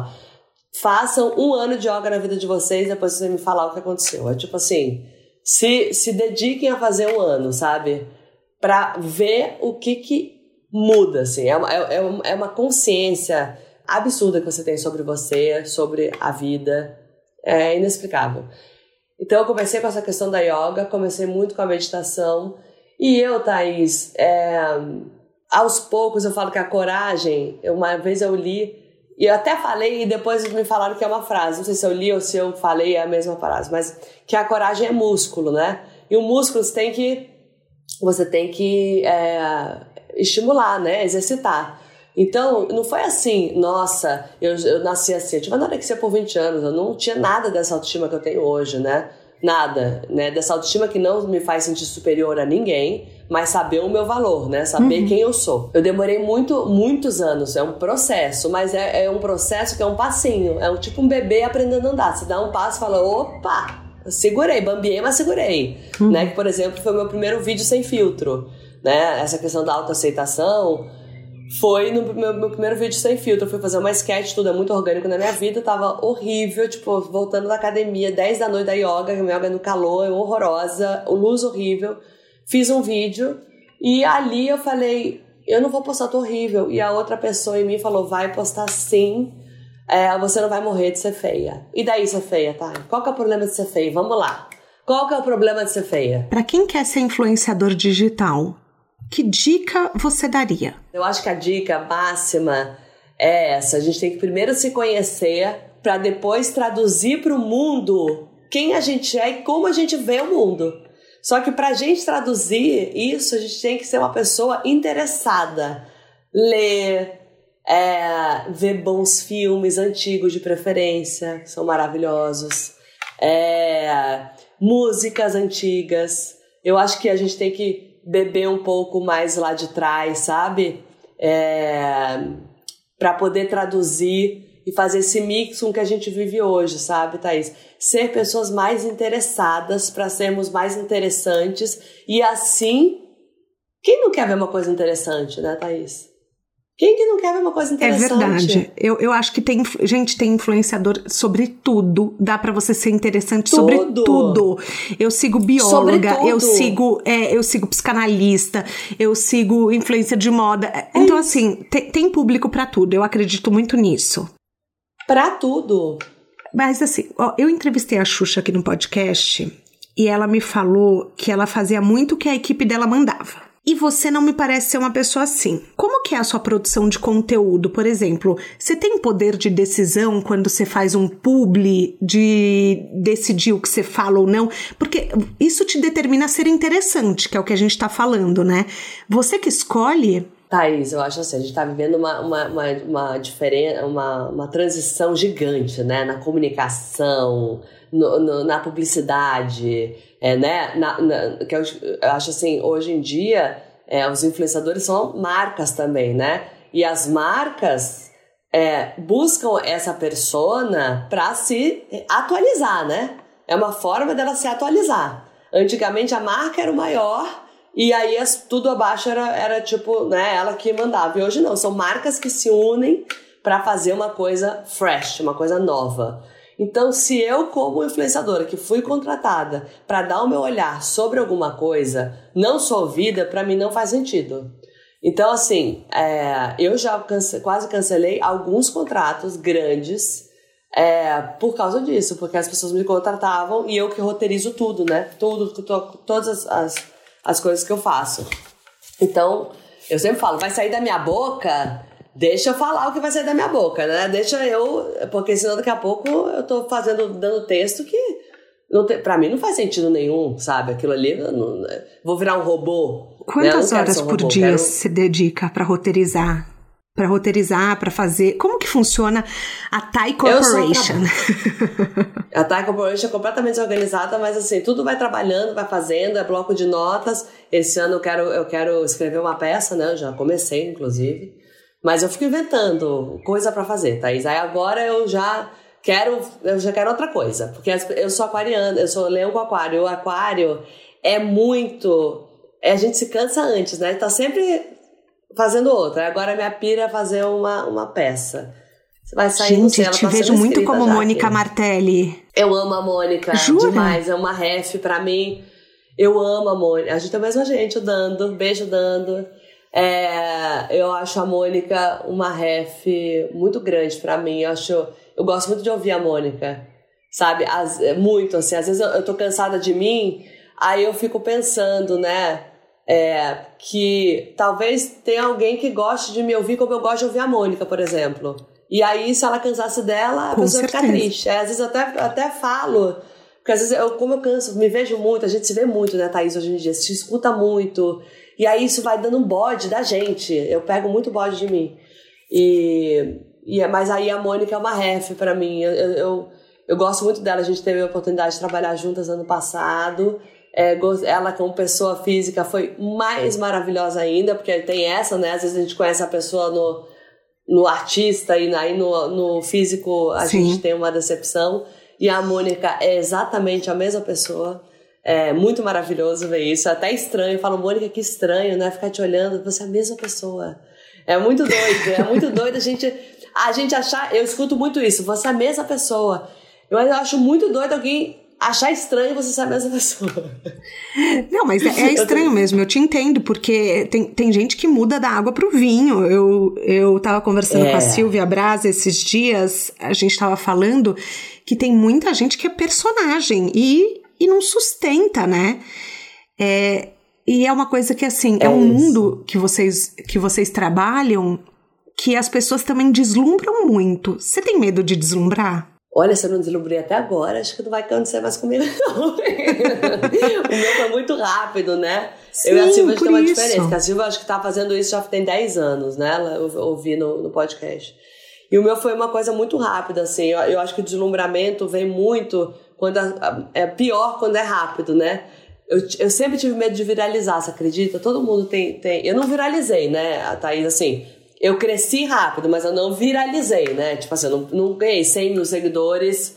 Speaker 2: façam um ano de yoga na vida de vocês, depois você me falar o que aconteceu. É tipo assim, se, se dediquem a fazer um ano, sabe? Pra ver o que que muda, assim. É uma, é, é uma consciência absurda que você tem sobre você, sobre a vida. É inexplicável. Então eu comecei com essa questão da yoga, comecei muito com a meditação. E eu, Thaís, é, aos poucos eu falo que a coragem, uma vez eu li, e eu até falei e depois me falaram que é uma frase, não sei se eu li ou se eu falei é a mesma frase, mas que a coragem é músculo, né? E o músculo você tem que, você tem que é, estimular, né? Exercitar. Então, não foi assim, nossa, eu, eu nasci assim, eu tive anorexia por vinte anos, eu não tinha nada dessa autoestima que eu tenho hoje, né? Nada, né? Dessa autoestima que não me faz sentir superior a ninguém, mas saber o meu valor, né? Saber uhum. quem eu sou. Eu demorei muito, muitos anos, é um processo, mas é, é um processo que é um passinho, é um, tipo um bebê aprendendo a andar. Você dá um passo e fala, opa, segurei, bambiei, mas segurei. Uhum. Né? Que, por exemplo, foi o meu primeiro vídeo sem filtro, né? Essa questão da autoaceitação... Foi no meu, meu primeiro vídeo sem filtro. Eu fui fazer uma sketch, tudo é muito orgânico na minha vida. Tava horrível, tipo, voltando da academia, dez da noite da yoga, minha yoga no calor, horrorosa, luz horrível. Fiz um vídeo e ali eu falei, eu não vou postar, tô horrível. E a outra pessoa em mim falou, vai postar sim, é, você não vai morrer de ser feia. E daí ser feia, tá? Qual que é o problema de ser feia? Vamos lá. Qual que é o problema de ser feia?
Speaker 1: Pra quem quer ser influenciador digital, que dica você daria?
Speaker 2: Eu acho que a dica máxima é essa. A gente tem que primeiro se conhecer para depois traduzir para o mundo quem a gente é e como a gente vê o mundo. Só que para a gente traduzir isso, a gente tem que ser uma pessoa interessada. Ler, é, ver bons filmes antigos de preferência, que são maravilhosos, é, músicas antigas. Eu acho que a gente tem que beber um pouco mais lá de trás, sabe? É, para poder traduzir e fazer esse mix com o que a gente vive hoje, sabe, Thaís? Ser pessoas mais interessadas para sermos mais interessantes e assim, quem não quer ver uma coisa interessante, né, Thaís? Quem que não quer ver uma coisa interessante?
Speaker 1: É verdade. Eu, eu acho que tem, gente, tem influenciador sobre tudo. Dá pra você ser interessante tudo. sobre tudo. Eu sigo bióloga, eu sigo, é, eu sigo psicanalista, eu sigo influencer de moda. É então, isso. assim, tem, tem público pra tudo. Eu acredito muito nisso.
Speaker 2: Pra tudo.
Speaker 1: Mas, assim, ó, eu entrevistei a Xuxa aqui no podcast e ela me falou que ela fazia muito o que a equipe dela mandava. E você não me parece ser uma pessoa assim. Como que é a sua produção de conteúdo? Por exemplo, você tem poder de decisão quando você faz um publi, de decidir o que você fala ou não? Porque isso te determina a ser interessante, que é o que a gente tá falando, né? Você que escolhe...
Speaker 2: Thaís, eu acho assim, a gente tá vivendo uma, uma, uma, uma diferença, uma, uma transição gigante, né? Na comunicação, no, no, na publicidade... É, né? na, na, que eu, eu acho assim, hoje em dia é, os influenciadores são marcas também, né? E as marcas é, buscam essa persona para se atualizar, né? É uma forma dela se atualizar. Antigamente a marca era o maior e aí as, tudo abaixo era, era tipo, né, ela que mandava. E hoje não, são marcas que se unem para fazer uma coisa fresh, uma coisa nova. Então, se eu, como influenciadora, que fui contratada para dar o meu olhar sobre alguma coisa, não sou ouvida, para mim não faz sentido. Então, assim, é, eu já cance- quase cancelei alguns contratos grandes é, por causa disso, porque as pessoas me contratavam e eu que roteirizo tudo, né? Tudo, to- todas as, as, as coisas que eu faço. Então, eu sempre falo, vai sair da minha boca... Deixa eu falar o que vai sair da minha boca, né? Deixa eu... Porque senão daqui a pouco eu tô fazendo, dando texto que... Não tem, pra mim não faz sentido nenhum, sabe? Aquilo ali... Eu não, vou virar um robô.
Speaker 1: Quantas
Speaker 2: né?
Speaker 1: horas um por
Speaker 2: robô,
Speaker 1: dia
Speaker 2: quero...
Speaker 1: se dedica pra roteirizar? Pra roteirizar, pra fazer... Como que funciona a Thai Corporation?
Speaker 2: A Thai Corporation é completamente desorganizada, mas assim, tudo vai trabalhando, vai fazendo, é bloco de notas. Esse ano eu quero, eu quero escrever uma peça, né? Eu já comecei, inclusive. Mas eu fico inventando coisa pra fazer, Thaís. Aí agora eu já quero, eu já quero outra coisa. Porque eu sou aquariana, eu sou leão com aquário. O aquário é muito... A gente se cansa antes, né? Tá sempre fazendo outra. Agora minha pira é fazer uma, uma peça. Você vai sair,
Speaker 1: gente,
Speaker 2: não sei, ela
Speaker 1: te
Speaker 2: tá
Speaker 1: vejo muito como Mônica
Speaker 2: aqui.
Speaker 1: Martelli.
Speaker 2: Eu amo a Mônica.
Speaker 1: Jura?
Speaker 2: Demais. É uma ref pra mim. Eu amo a Mônica. A gente é a mesma gente, o Dando. Beijo, Dando. É, eu acho a Mônica uma ref muito grande pra mim. Eu, acho, eu gosto muito de ouvir a Mônica, sabe? As, muito, assim. Às vezes eu, eu tô cansada de mim, aí eu fico pensando, né? É, que talvez tenha alguém que goste de me ouvir como eu gosto de ouvir a Mônica, por exemplo. E aí, se ela cansasse dela, a
Speaker 1: Com
Speaker 2: pessoa
Speaker 1: certeza.
Speaker 2: fica triste. É, às vezes eu até, até falo... Porque às vezes, eu, como eu canso, me vejo muito, a gente se vê muito, né, Thaís, hoje em dia, se escuta muito, e aí isso vai dando um bode da gente, eu pego muito bode de mim, e, e, mas aí a Mônica é uma ref pra mim, eu, eu, eu, eu gosto muito dela, a gente teve a oportunidade de trabalhar juntas ano passado, é, ela como pessoa física foi mais maravilhosa ainda, porque tem essa, né, às vezes a gente conhece a pessoa no, no artista, e aí no, no físico a
Speaker 1: Sim.
Speaker 2: gente tem uma decepção. E a Mônica é exatamente a mesma pessoa. É muito maravilhoso ver isso. É até estranho. Eu falo, Mônica, que estranho, né? Ficar te olhando, você é a mesma pessoa. É muito doido. É muito doido a gente, a gente achar... Eu escuto muito isso. Você é a mesma pessoa. Eu acho muito doido alguém achar estranho você ser a mesma pessoa.
Speaker 1: Não, mas é, é estranho mesmo. Eu te entendo, porque tem, tem gente que muda da água pro vinho. Eu, eu tava conversando é. com a Silvia Braz esses dias. A gente tava falando... que tem muita gente que é personagem e, e não sustenta, né? É, e é uma coisa que, assim, é, é um isso. mundo que vocês, que vocês trabalham que as pessoas também deslumbram muito. Você tem medo de deslumbrar?
Speaker 2: Olha, se eu não deslumbrei até agora, acho que não vai acontecer mais comigo, não. O meu foi muito rápido, né?
Speaker 1: Sim,
Speaker 2: eu e a Silvia, a gente tem uma
Speaker 1: isso.
Speaker 2: diferença. Porque a Silvia, acho que tá fazendo isso já tem dez anos, né? Eu ouvi no, no podcast. E o meu foi uma coisa muito rápida, assim. Eu, eu acho que o deslumbramento vem muito... quando a, a, é pior quando é rápido, né? Eu, eu sempre tive medo de viralizar, você acredita? Todo mundo tem... tem... Eu não viralizei, né, a Thaís, assim... Eu cresci rápido, mas eu não viralizei, né? Tipo assim, eu não, não ganhei cem mil seguidores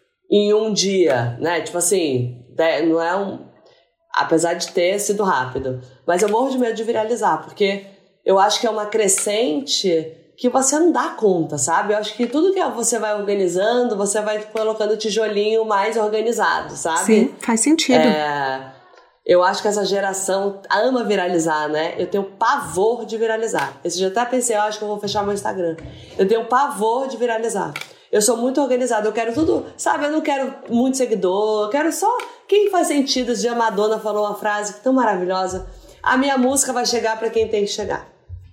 Speaker 2: em um dia, né? Tipo assim, não é um... Apesar de ter sido rápido. Mas eu morro de medo de viralizar, porque eu acho que é uma crescente que você não dá conta, sabe? Eu acho que tudo que você vai organizando, você vai colocando tijolinho mais organizado, sabe?
Speaker 1: Sim, faz sentido.
Speaker 2: É... Eu acho que essa geração ama viralizar, né? Eu tenho pavor de viralizar. Esse dia até pensei, eu acho que eu vou fechar meu Instagram. Eu tenho pavor de viralizar. Eu sou muito organizada, eu quero tudo... Sabe, eu não quero muito seguidor, eu quero só... Quem faz sentido? Esse dia a Madonna falou uma frase tão maravilhosa. A minha música vai chegar pra quem tem que chegar.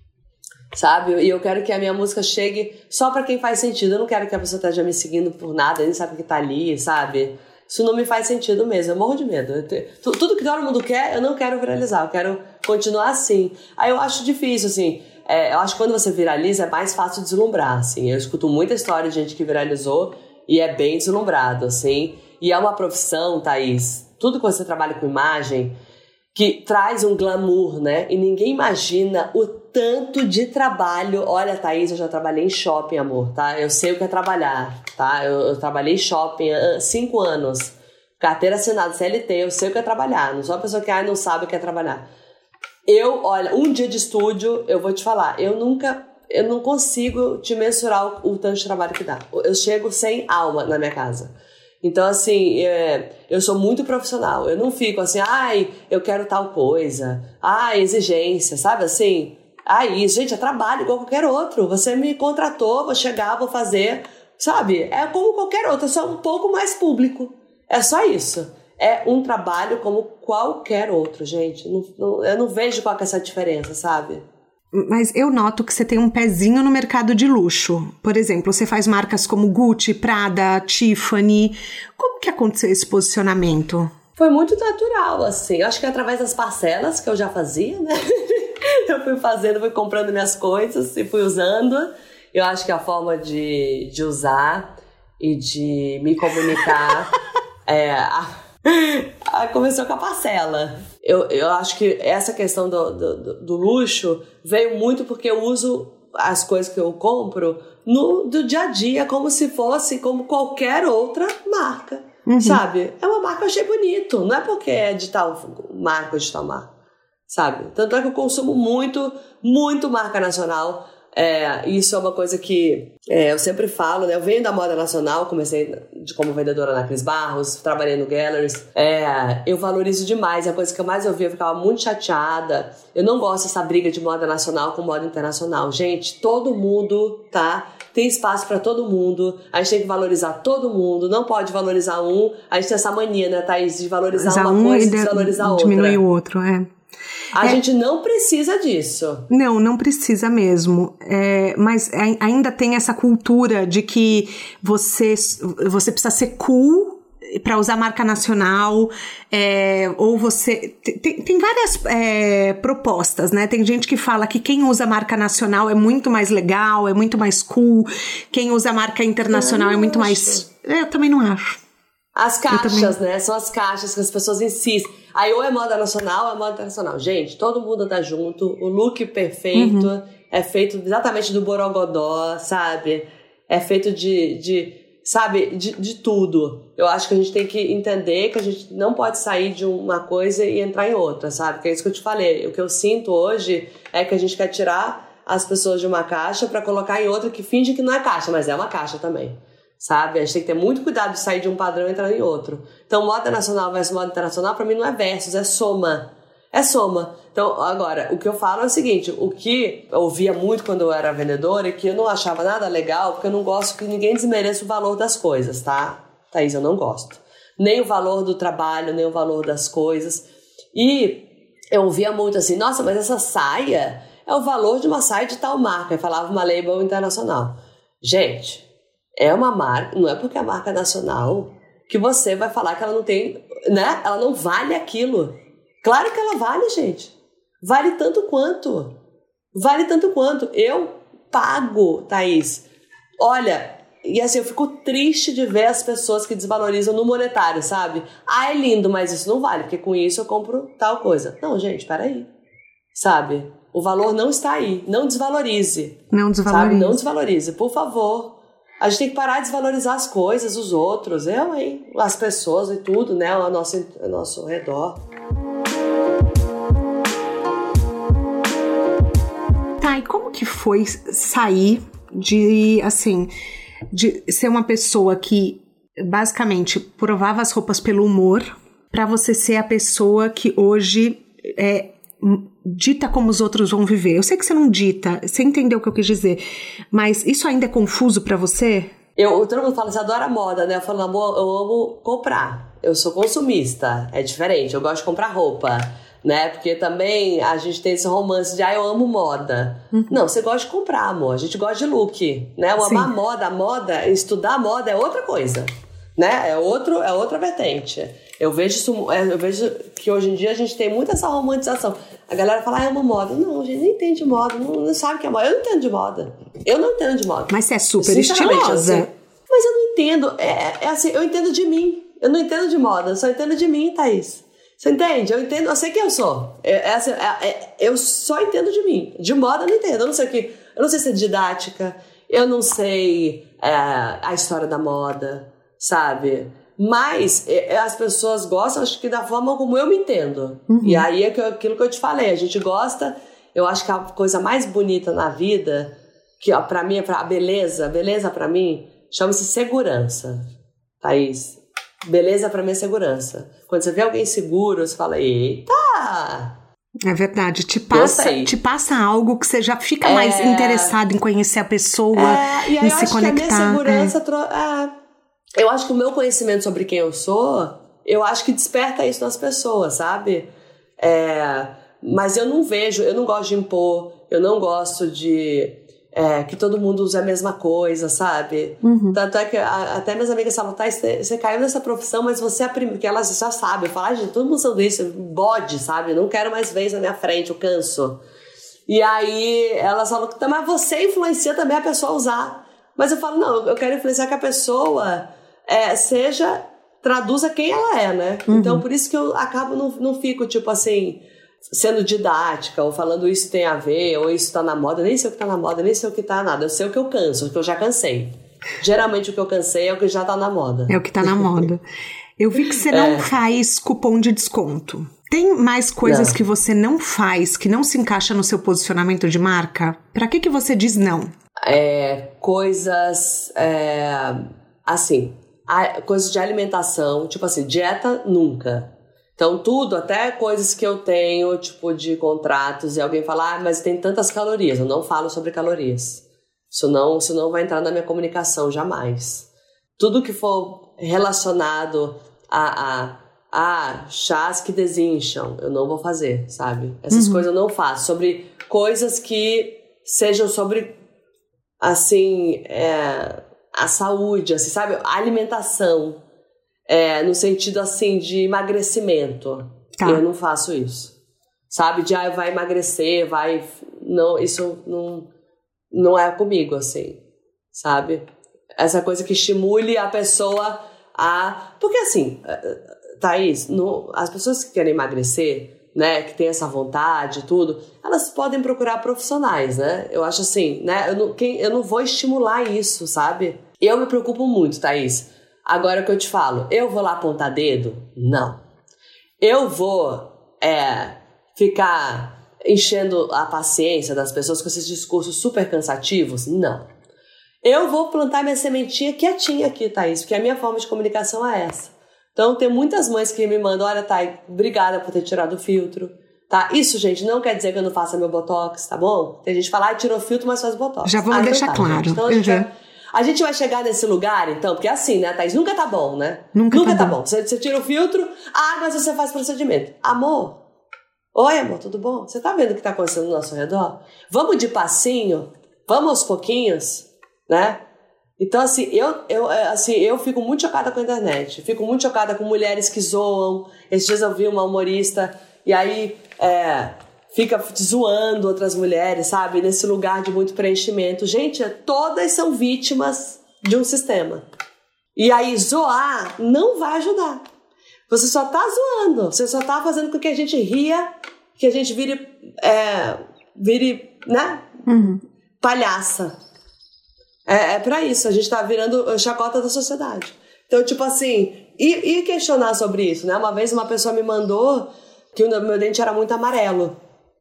Speaker 2: Sabe? E eu quero que a minha música chegue só pra quem faz sentido. Eu não quero que a pessoa esteja me seguindo por nada, nem sabe que tá ali, sabe? Isso não me faz sentido mesmo, eu morro de medo. Eu te, tudo que todo mundo quer, eu não quero viralizar, eu quero continuar assim. Aí eu acho difícil, assim, é, eu acho que quando você viraliza é mais fácil deslumbrar, assim. Eu escuto muita história de gente que viralizou e é bem deslumbrado, assim. E é uma profissão, Thaís, tudo que você trabalha com imagem, que traz um glamour, né? E ninguém imagina o tanto de trabalho. Olha, Thaís, eu já trabalhei em shopping, amor, tá? Eu sei o que é trabalhar, tá? Eu, eu trabalhei em shopping há cinco anos. Carteira assinada, C L T, eu sei o que é trabalhar. Não sou uma pessoa que ah, não sabe o que é trabalhar. Eu, olha, um dia de estúdio, eu vou te falar, eu nunca... Eu não consigo te mensurar o, o tanto de trabalho que dá. Eu chego sem alma na minha casa. Então, assim, é, eu sou muito profissional. Eu não fico assim, ai, eu quero tal coisa. Ai, exigência, sabe assim? Ai, isso, gente, é trabalho igual qualquer outro. Você me contratou, vou chegar, vou fazer, sabe? É como qualquer outro, é só um pouco mais público. É só isso. É um trabalho como qualquer outro, gente. Não, não, eu não vejo qual que é essa diferença, sabe?
Speaker 1: Mas eu noto que você tem um pezinho no mercado de luxo. Por exemplo, você faz marcas como Gucci, Prada, Tiffany. Como que aconteceu esse posicionamento?
Speaker 2: Foi muito natural, assim. Acho que através das parcelas que eu já fazia, né? Eu fui fazendo, fui comprando minhas coisas e fui usando. Eu acho que a forma de, de usar e de me comunicar é... A... começou com a parcela. Eu, eu acho que essa questão do, do, do luxo veio muito porque eu uso as coisas que eu compro no do dia a dia como se fosse como qualquer outra marca, uhum. Sabe? É uma marca que eu achei bonito, não é porque é de tal marca ou de tal marca, sabe? Tanto é que eu consumo muito, muito marca nacional. É, isso é uma coisa que é, eu sempre falo, né? Eu venho da moda nacional, comecei de, como vendedora na Cris Barros, trabalhei no Galleries. É, eu valorizo demais, é a coisa que eu mais ouvia, eu ficava muito chateada. Eu não gosto dessa briga de moda nacional com moda internacional. Gente, todo mundo, tá? Tem espaço pra todo mundo, a gente tem que valorizar todo mundo, não pode valorizar um. A gente tem essa mania, né, Thaís, de valorizar uma
Speaker 1: um
Speaker 2: coisa e
Speaker 1: de,
Speaker 2: desvalorizar a outra.
Speaker 1: Diminuir o outro, é.
Speaker 2: A
Speaker 1: é,
Speaker 2: gente não precisa disso.
Speaker 1: Não, não precisa mesmo. É, mas ainda tem essa cultura de que você, você precisa ser cool para usar marca nacional, é, ou você... Tem, tem várias é, propostas, né? Tem gente que fala que quem usa marca nacional é muito mais legal, é muito mais cool. Quem usa marca internacional é muito acho. mais... Eu também não acho.
Speaker 2: As caixas, né? São as caixas que as pessoas insistem. Aí ou é moda nacional ou é moda internacional. Gente, todo mundo tá junto. O look perfeito uhum. é feito exatamente do borogodó, sabe? É feito de, de sabe, de, de tudo. Eu acho que a gente tem que entender que a gente não pode sair de uma coisa e entrar em outra, sabe? Que é isso que eu te falei. O que eu sinto hoje é que a gente quer tirar as pessoas de uma caixa pra colocar em outra que finge que não é caixa, mas é uma caixa também. Sabe? A gente tem que ter muito cuidado de sair de um padrão e entrar em outro. Então, moda nacional versus moda internacional, pra mim, não é versus, é soma. É soma. Então, agora, o que eu falo é o seguinte, o que eu ouvia muito quando eu era vendedora e que eu não achava nada legal, porque eu não gosto que ninguém desmereça o valor das coisas, tá? Thaís, eu não gosto. Nem o valor do trabalho, nem o valor das coisas. E eu ouvia muito assim, nossa, mas essa saia é o valor de uma saia de tal marca. E falava uma label internacional. Gente... É uma marca, não é porque é marca nacional que você vai falar que ela não tem, né? Ela não vale aquilo. Claro que ela vale, gente. Vale tanto quanto. Vale tanto quanto. Eu pago, Thaís. Olha, e assim, eu fico triste de ver as pessoas que desvalorizam no monetário, sabe? Ah, é lindo, mas isso não vale, porque com isso eu compro tal coisa. Não, gente, peraí. Sabe? O valor não está aí. Não desvalorize.
Speaker 1: Não desvalorize.
Speaker 2: Sabe? Não desvalorize, por favor. A gente tem que parar de desvalorizar as coisas, os outros, eu, hein? As pessoas e tudo, né? Ao nosso, ao nosso redor.
Speaker 1: Tá, e como que foi sair de, assim, de ser uma pessoa que basicamente provava as roupas pelo humor pra você ser a pessoa que hoje é, dita como os outros vão viver? Eu sei que você não dita, você entendeu o que eu quis dizer, mas isso ainda é confuso pra você?
Speaker 2: Eu, todo mundo fala, você adora moda, né? Eu falo, amor, eu amo comprar. Eu sou consumista, é diferente, eu gosto de comprar roupa, né? Porque também a gente tem esse romance de, ah, eu amo moda. Uhum. Não, você gosta de comprar, amor. A gente gosta de look, né? Eu amar moda, a moda, estudar moda é outra coisa, né? É, outro, é outra vertente. Eu vejo, isso, eu vejo que hoje em dia a gente tem muita essa romantização. A galera fala, ah, eu amo moda. Não, a gente nem entende de moda, não, não sabe o que é moda. Eu não entendo de moda. Eu não entendo de moda.
Speaker 1: Mas você é super estilosa.
Speaker 2: Assim, mas eu não entendo. É, é assim, eu entendo de mim. Eu não entendo de moda, eu só entendo de mim, Thaís. Você entende? Eu entendo, eu sei quem eu sou. É, é, assim, é, é, eu só entendo de mim. De moda eu não entendo. Eu não sei o que. Eu não sei ser didática. Eu não sei é, a história da moda, sabe? Mas é, as pessoas gostam, acho que da forma como eu me entendo. Uhum. E aí é aquilo que eu te falei. A gente gosta. Eu acho que a coisa mais bonita na vida, que ó, pra mim é pra, a beleza, beleza pra mim, chama-se segurança, Thaís. Beleza pra mim é segurança. Quando você vê alguém seguro, você fala, eita!
Speaker 1: É verdade, te passa, te passa algo que você já fica é... mais interessado em conhecer a pessoa,
Speaker 2: é... e aí
Speaker 1: em
Speaker 2: eu
Speaker 1: se
Speaker 2: acho
Speaker 1: conectar.
Speaker 2: Que a minha segurança é. Tro... é... Eu acho que o meu conhecimento sobre quem eu sou, eu acho que desperta isso nas pessoas, sabe? É... Mas eu não vejo, eu não gosto de impor, eu não gosto de... É, que todo mundo use a mesma coisa, sabe? Uhum. Tanto é que a, até minhas amigas falam, tá, você, você caiu nessa profissão, mas você é a primeira, porque elas já sabem. Eu falo, ah, gente, todo mundo sabe isso, bode, sabe? Não quero mais ver isso na minha frente, eu canso. E aí elas falam, tá, mas você influencia também a pessoa a usar. Mas eu falo, não, eu quero influenciar que a pessoa é, seja, traduza quem ela é, né? Uhum. Então por isso que eu acabo, não, não fico tipo assim... sendo didática, ou falando isso tem a ver, ou isso tá na moda, nem sei o que tá na moda, nem sei o que tá nada, eu sei o que eu canso, o que eu já cansei. Geralmente o que eu cansei é o que já tá na moda.
Speaker 1: É o que tá na moda. Eu vi que você não é. faz cupom de desconto. Tem mais coisas não. que você não faz, que não se encaixa no seu posicionamento de marca? Pra que que você diz não?
Speaker 2: É, coisas, é, assim, coisas de alimentação, tipo assim, dieta nunca. Então, tudo, até coisas que eu tenho, tipo, de contratos, e alguém fala, ah, mas tem tantas calorias. Eu não falo sobre calorias. Isso não, isso não vai entrar na minha comunicação, jamais. Tudo que for relacionado a, a, a chás que desincham, eu não vou fazer, sabe? Essas uhum. coisas eu não faço. Sobre coisas que sejam sobre, assim, é, a saúde, assim, sabe? A alimentação. É, no sentido, assim, de emagrecimento. Tá. Eu não faço isso. Sabe? De, ah, vai emagrecer, vai... Não, isso não, não é comigo, assim. Sabe? Essa coisa que estimule a pessoa a... Porque, assim, Thaís, no, as pessoas que querem emagrecer, né, que têm essa vontade e tudo, elas podem procurar profissionais, né? Eu acho assim, né? Eu não, quem, eu não vou estimular isso, sabe? Eu me preocupo muito, Thaís. Agora que eu te falo, eu vou lá apontar dedo? Não. Eu vou é, ficar enchendo a paciência das pessoas com esses discursos super cansativos? Não. Eu vou plantar minha sementinha quietinha aqui, Thaís, porque a minha forma de comunicação é essa. Então, tem muitas mães que me mandam, olha, Thaís, obrigada por ter tirado o filtro. Tá? Isso, gente, não quer dizer que eu não faça meu botox, tá bom? Tem gente que fala, ah, tirou filtro, mas faz botox.
Speaker 1: Já vamos
Speaker 2: ah,
Speaker 1: deixar
Speaker 2: então tá,
Speaker 1: claro.
Speaker 2: Então, a gente uhum. vai... A gente vai chegar nesse lugar, então, porque é assim, né, Thaís? Nunca tá bom, né?
Speaker 1: Nunca,
Speaker 2: Nunca
Speaker 1: tá,
Speaker 2: tá
Speaker 1: bom.
Speaker 2: bom. Você, você tira o filtro, ah, mas você faz procedimento. Amor, oi, amor, tudo bom? Você tá vendo o que tá acontecendo no nosso redor? Vamos de passinho? Vamos aos pouquinhos, né? Então, assim eu, eu, assim, eu fico muito chocada com a internet. Fico muito chocada com mulheres que zoam. Esses dias eu vi uma humorista e aí é, fica zoando outras mulheres, sabe? Nesse lugar de muito preenchimento. Gente, todas são vítimas de um sistema. E aí zoar não vai ajudar. Você só tá zoando. Você só tá fazendo com que a gente ria, que a gente vire, é, vire né?
Speaker 1: Uhum.
Speaker 2: Palhaça. É, é pra isso. A gente tá virando chacota da sociedade. Então, tipo assim, e, e questionar sobre isso, né? Uma vez uma pessoa me mandou que o meu dente era muito amarelo.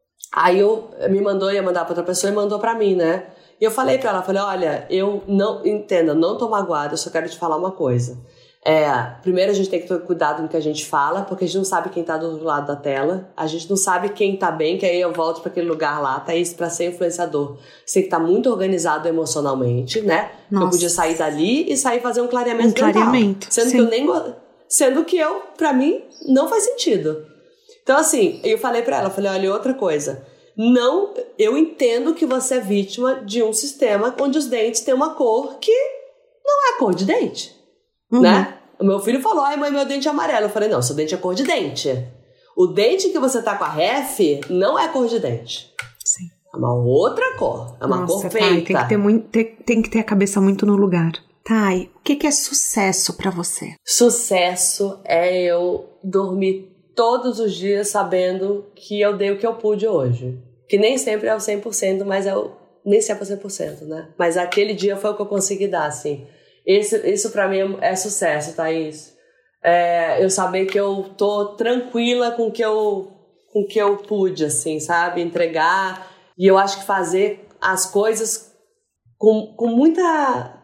Speaker 2: Aí eu me mandou, ia mandar pra outra pessoa e mandou pra mim, né? E eu falei pra ela, falei, olha, eu não, entenda, não tô magoada, eu só quero te falar uma coisa. É, primeiro a gente tem que ter cuidado no que a gente fala, porque a gente não sabe quem tá do outro lado da tela, a gente não sabe quem tá bem, que aí eu volto pra aquele lugar lá, tá isso pra ser influenciador. Você tem que estar tá muito organizado emocionalmente, né? Nossa. Eu podia sair dali e sair fazer um clareamento
Speaker 1: um clareamento,
Speaker 2: dental, sendo
Speaker 1: sim.
Speaker 2: que eu nem sendo que eu, pra mim, não faz sentido. Então assim, eu falei pra ela, eu falei, olha, outra coisa, não, eu entendo que você é vítima de um sistema onde os dentes têm uma cor que não é a cor de dente. Uhum. Né? O meu filho falou, ai mãe, meu dente é amarelo. Eu falei, não, seu dente é cor de dente. O dente que você tá com a ref não é cor de dente.
Speaker 1: Sim.
Speaker 2: É uma outra cor. É uma
Speaker 1: Nossa,
Speaker 2: cor feita.
Speaker 1: Thay, tem que ter muito, tem, tem que ter a cabeça muito no lugar. Thay, o que, que é sucesso pra você?
Speaker 2: Sucesso é eu dormir todos os dias sabendo que eu dei o que eu pude hoje. Que nem sempre é o cem por cento, mas é o, nem sempre é o cem por cento, né? Mas aquele dia foi o que eu consegui dar, assim. Esse, isso pra mim é sucesso, Thaís. É, eu saber que eu tô tranquila com o que eu, com que eu pude, assim, sabe? Entregar. E eu acho que fazer as coisas com, com muita...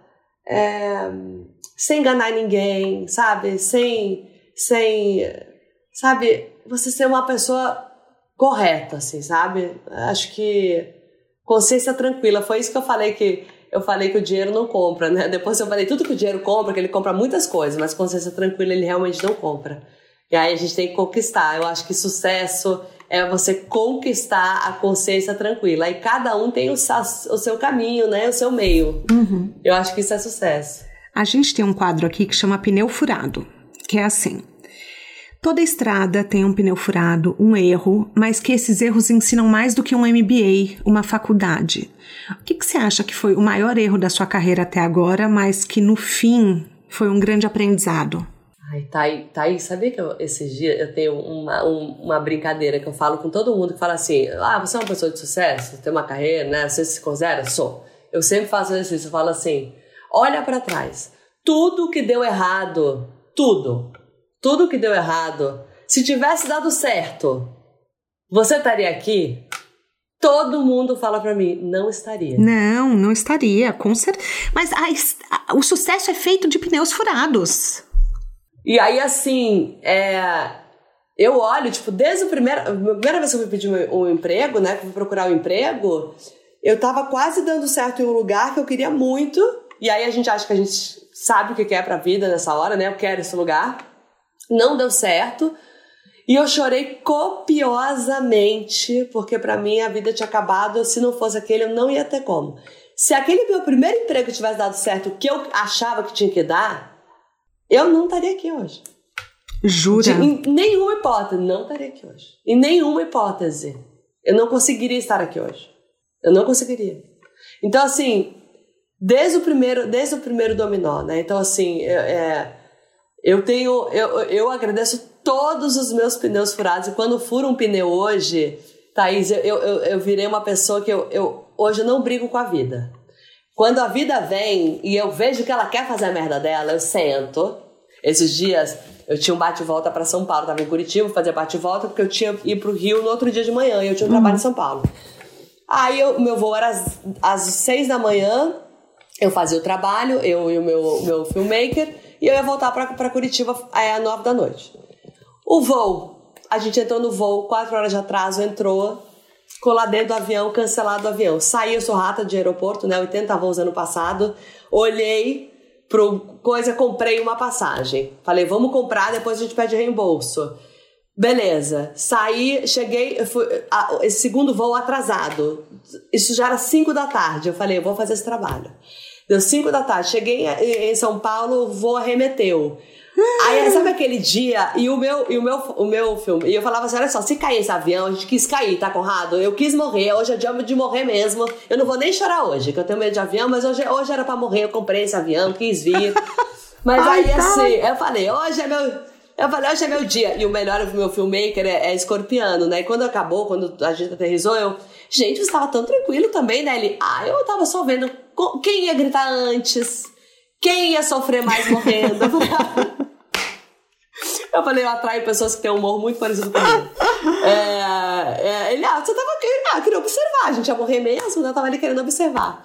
Speaker 2: É, sem enganar ninguém, sabe? Sem, sem... Sabe? Você ser uma pessoa correta, assim, sabe? Acho que consciência tranquila. Foi isso que eu falei que... Eu falei que o dinheiro não compra, né? Depois eu falei tudo que o dinheiro compra, que ele compra muitas coisas, mas consciência tranquila ele realmente não compra. E aí a gente tem que conquistar. Eu acho que sucesso é você conquistar a consciência tranquila. E cada um tem o, o seu caminho, né? O seu meio.
Speaker 1: Uhum.
Speaker 2: Eu acho que isso é sucesso.
Speaker 1: A gente tem um quadro aqui que chama Pneu Furado, que é assim. Toda estrada tem um pneu furado, um erro, mas que esses erros ensinam mais do que um M B A, uma faculdade. O que, que você acha que foi o maior erro da sua carreira até agora, mas que no fim foi um grande aprendizado?
Speaker 2: Ai, Thay, Thay, sabia que eu, esses dias eu tenho uma, um, uma brincadeira que eu falo com todo mundo que fala assim, ah, você é uma pessoa de sucesso, tem uma carreira, né? Você se considera? Sou. Eu sempre faço isso, eu falo assim, olha pra trás, tudo que deu errado, tudo, tudo que deu errado, se tivesse dado certo, você estaria aqui? Todo mundo fala pra mim, não estaria.
Speaker 1: Não, não estaria, com certeza. Mas a, a, o sucesso é feito de pneus furados.
Speaker 2: E aí, assim, é, eu olho, tipo, desde a primeira, a primeira vez que eu fui pedir um, um emprego, né, que eu fui procurar um emprego, eu tava quase dando certo em um lugar que eu queria muito. E aí a gente acha que a gente sabe o que é pra vida nessa hora, né, eu quero esse lugar. Não deu certo. E eu chorei copiosamente, porque pra mim a vida tinha acabado. Se não fosse aquele, eu não ia ter como. Se aquele meu primeiro emprego tivesse dado certo, o que eu achava que tinha que dar, eu não estaria aqui hoje.
Speaker 1: Jura?
Speaker 2: De, em nenhuma hipótese, não estaria aqui hoje. Em nenhuma hipótese. Eu não conseguiria estar aqui hoje. Eu não conseguiria. Então, assim, desde o primeiro, desde o primeiro dominó, né? Então, assim, é, eu tenho... Eu, eu agradeço todos os meus pneus furados. E quando furo um pneu hoje, Thaís, eu, eu, eu virei uma pessoa que eu, eu hoje eu não brigo com a vida. Quando a vida vem e eu vejo que ela quer fazer a merda dela, eu sento. Esses dias eu tinha um bate-volta para São Paulo, tava em Curitiba, fazia bate-volta porque eu tinha que ir pro Rio no outro dia de manhã e eu tinha um uhum. trabalho em São Paulo. Aí o meu voo era às, às seis da manhã, eu fazia o trabalho, eu e o meu, meu filmmaker, e eu ia voltar para Curitiba às nove da noite. O voo, a gente entrou no voo, quatro horas de atraso, entrou, ficou lá dentro do avião, cancelado o avião. Saí, eu sou rata de aeroporto, né, oitenta voos ano passado, olhei pro coisa, comprei uma passagem. Falei, vamos comprar, depois a gente pede reembolso. Beleza, saí, cheguei, fui, a, esse segundo voo atrasado. Isso já era cinco da tarde, eu falei, eu vou fazer esse trabalho. Deu cinco da tarde. Cheguei em São Paulo, o voo arremeteu. Aí, sabe aquele dia? E o meu, e o meu, o meu filme. E eu falava assim: olha só, se cair esse avião, a gente quis cair, tá, Conrado? Eu quis morrer. Hoje é dia de morrer mesmo. Eu não vou nem chorar hoje, que eu tenho medo de avião, mas hoje, hoje era pra morrer. Eu comprei esse avião, quis vir. Mas
Speaker 1: Ai,
Speaker 2: aí,
Speaker 1: tá.
Speaker 2: assim, eu falei: hoje é meu. Eu falei, hoje é meu dia. E o melhor do meu filmmaker é, é escorpiano, né? E quando acabou, quando a gente aterrissou, eu... Gente, você tava tão tranquilo também, né? Ele... Ah, eu tava só vendo quem ia gritar antes, quem ia sofrer mais morrendo. Eu falei, eu atraio pessoas que têm um humor muito parecido comigo. É, é, ele, ah, você tava... Ah, eu queria observar, a gente ia morrer mesmo, né? Eu tava ali querendo observar.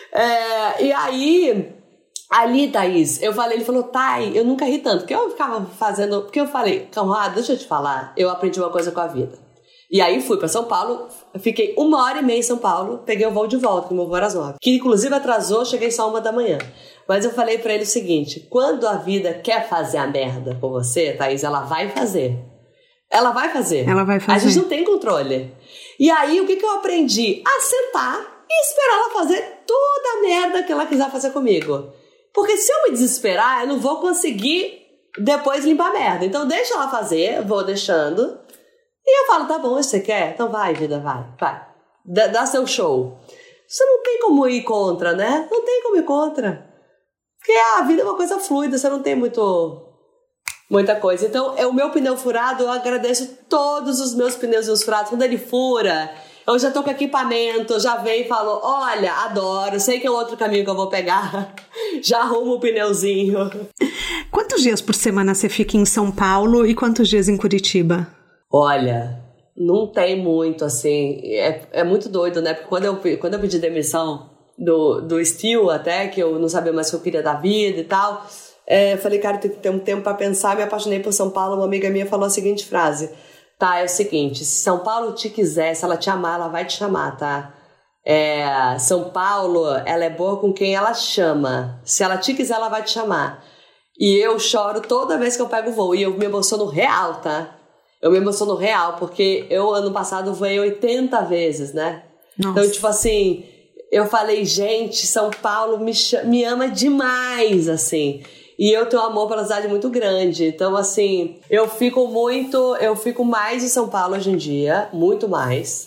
Speaker 2: É, e aí... Ali, Thaís, eu falei, ele falou, Thay, eu nunca ri tanto, porque eu ficava fazendo, porque eu falei, Conrado, deixa eu te falar, eu aprendi uma coisa com a vida. E aí fui pra São Paulo, fiquei uma hora e meia em São Paulo, peguei o voo de volta, que o meu voo era às nove, que inclusive atrasou, cheguei só uma da manhã. Mas eu falei pra ele o seguinte, quando a vida quer fazer a merda com você, Thaís, ela vai fazer. Ela vai fazer.
Speaker 1: Ela vai fazer.
Speaker 2: A gente não tem controle. E aí, o que que eu aprendi? A sentar e esperar ela fazer toda a merda que ela quiser fazer comigo. Porque se eu me desesperar, eu não vou conseguir depois limpar a merda. Então deixa ela fazer, eu vou deixando. E eu falo, tá bom, você quer? Então vai, vida, vai, vai. Dá, dá seu show. Você não tem como ir contra, né? Não tem como ir contra. Porque a vida é uma coisa fluida, você não tem muito, muita coisa. Então, é o meu pneu furado, eu agradeço todos os meus pneus furados. Quando ele fura... Eu já tô com equipamento, já veio e falou, olha, adoro, sei que é outro caminho que eu vou pegar, já arrumo o pneuzinho.
Speaker 1: Quantos dias por semana você fica em São Paulo e quantos dias em Curitiba?
Speaker 2: Olha, não tem muito, assim, é, é muito doido, né? Porque quando eu, quando eu pedi demissão do, do Steel até, que eu não sabia mais o que eu queria da vida e tal, é, eu falei, cara, tem que ter um tempo pra pensar, me apaixonei por São Paulo, uma amiga minha falou a seguinte frase... Tá, é o seguinte, se São Paulo te quiser, se ela te amar, ela vai te chamar, tá? É, São Paulo, ela é boa com quem ela chama. Se ela te quiser, ela vai te chamar. E eu choro toda vez que eu pego o voo. E eu me emociono real, tá? Eu me emociono real, porque eu, ano passado, voei oitenta vezes, né? Nossa. Então, tipo assim, eu falei, gente, São Paulo me, me ama demais, assim... E eu tenho um amor pela cidade muito grande. Então, assim, eu fico muito... Eu fico mais em São Paulo hoje em dia. Muito mais.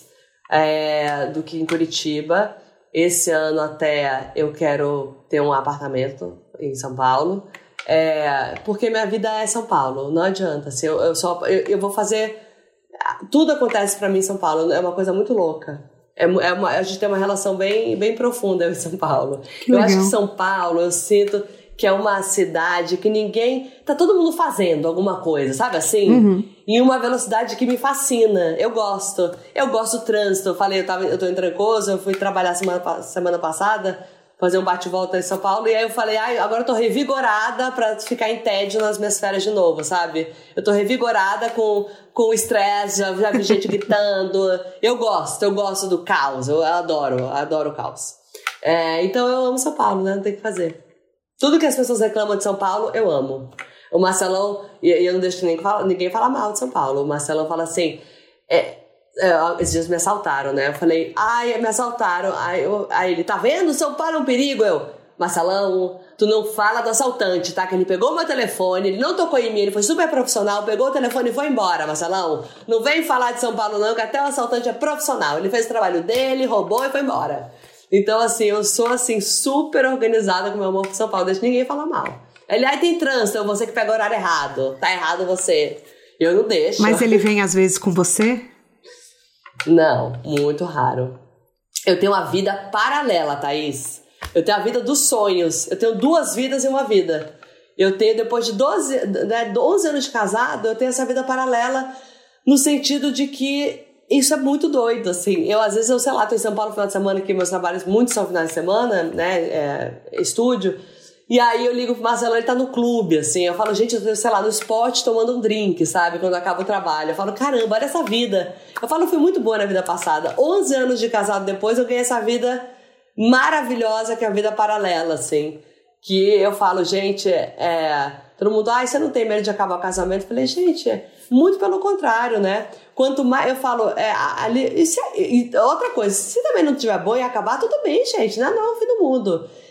Speaker 2: É, do que em Curitiba. Esse ano até eu quero ter um apartamento em São Paulo. É, porque minha vida é São Paulo. Não adianta. Assim, eu, eu, só, eu, eu vou fazer... Tudo acontece pra mim em São Paulo. É uma coisa muito louca. É, é uma, a gente tem uma relação bem, bem profunda em São Paulo. Que eu legal. Acho que São Paulo, eu sinto... que é uma cidade que ninguém... Tá todo mundo fazendo alguma coisa, sabe assim? Uhum. Em uma velocidade que me fascina. Eu gosto. Eu gosto do trânsito. Eu falei, eu, tava, eu tô em Trancoso, eu fui trabalhar semana, semana passada, fazer um bate-volta em São Paulo, e aí eu falei, ai, agora eu tô revigorada pra ficar em tédio nas minhas férias de novo, sabe? Eu tô revigorada com com estresse, já, já vi gente gritando. Eu gosto, eu gosto do caos. Eu adoro, eu adoro o caos. É, então eu amo São Paulo, né? Não tem o que fazer. Tudo que as pessoas reclamam de São Paulo, eu amo. O Marcelão, e eu não deixo ninguém falar, ninguém falar mal de São Paulo. O Marcelão fala assim, é, é, esses dias me assaltaram, né? Eu falei, ai, me assaltaram. Aí, eu, aí ele, tá vendo? São Paulo é um perigo. Eu, Marcelão, tu não fala do assaltante, tá? Que ele pegou meu telefone, ele não tocou em mim, ele foi super profissional, pegou o telefone e foi embora, Marcelão. Não vem falar de São Paulo não, que até o assaltante é profissional. Ele fez o trabalho dele, roubou e foi embora. Então, assim, eu sou, assim, super organizada com meu amor por São Paulo. Deixa ninguém falar mal. Ele, aí tem trânsito, você que pega o horário errado. Tá errado você. Eu não deixo.
Speaker 1: Mas ele vem, às vezes, com você?
Speaker 2: Não, muito raro. Eu tenho uma vida paralela, Thaís. Eu tenho a vida dos sonhos. Eu tenho duas vidas e uma vida. Eu tenho, depois de doze, né, onze anos de casado, eu tenho essa vida paralela no sentido de que isso é muito doido, assim. Eu, às vezes, eu sei lá, tô em São Paulo no final de semana, que meus trabalhos muitos são final de semana, né, é, estúdio. E aí eu ligo pro Marcelo, ele tá no clube, assim. Eu falo, gente, eu tô, sei lá, no esporte tomando um drink, sabe? Quando acaba o trabalho. Eu falo, caramba, olha essa vida. Eu falo, eu fui muito boa na vida passada. onze anos de casado depois, eu ganhei essa vida maravilhosa, que é a vida paralela, assim. Que eu falo, gente, é... todo mundo, ai, você não tem medo de acabar o casamento? Eu falei, gente, muito pelo contrário, né? Quanto mais, eu falo, é, ali, e se, e outra coisa, se também não tiver bom e acabar, tudo bem, gente, não é não, fim do mundo.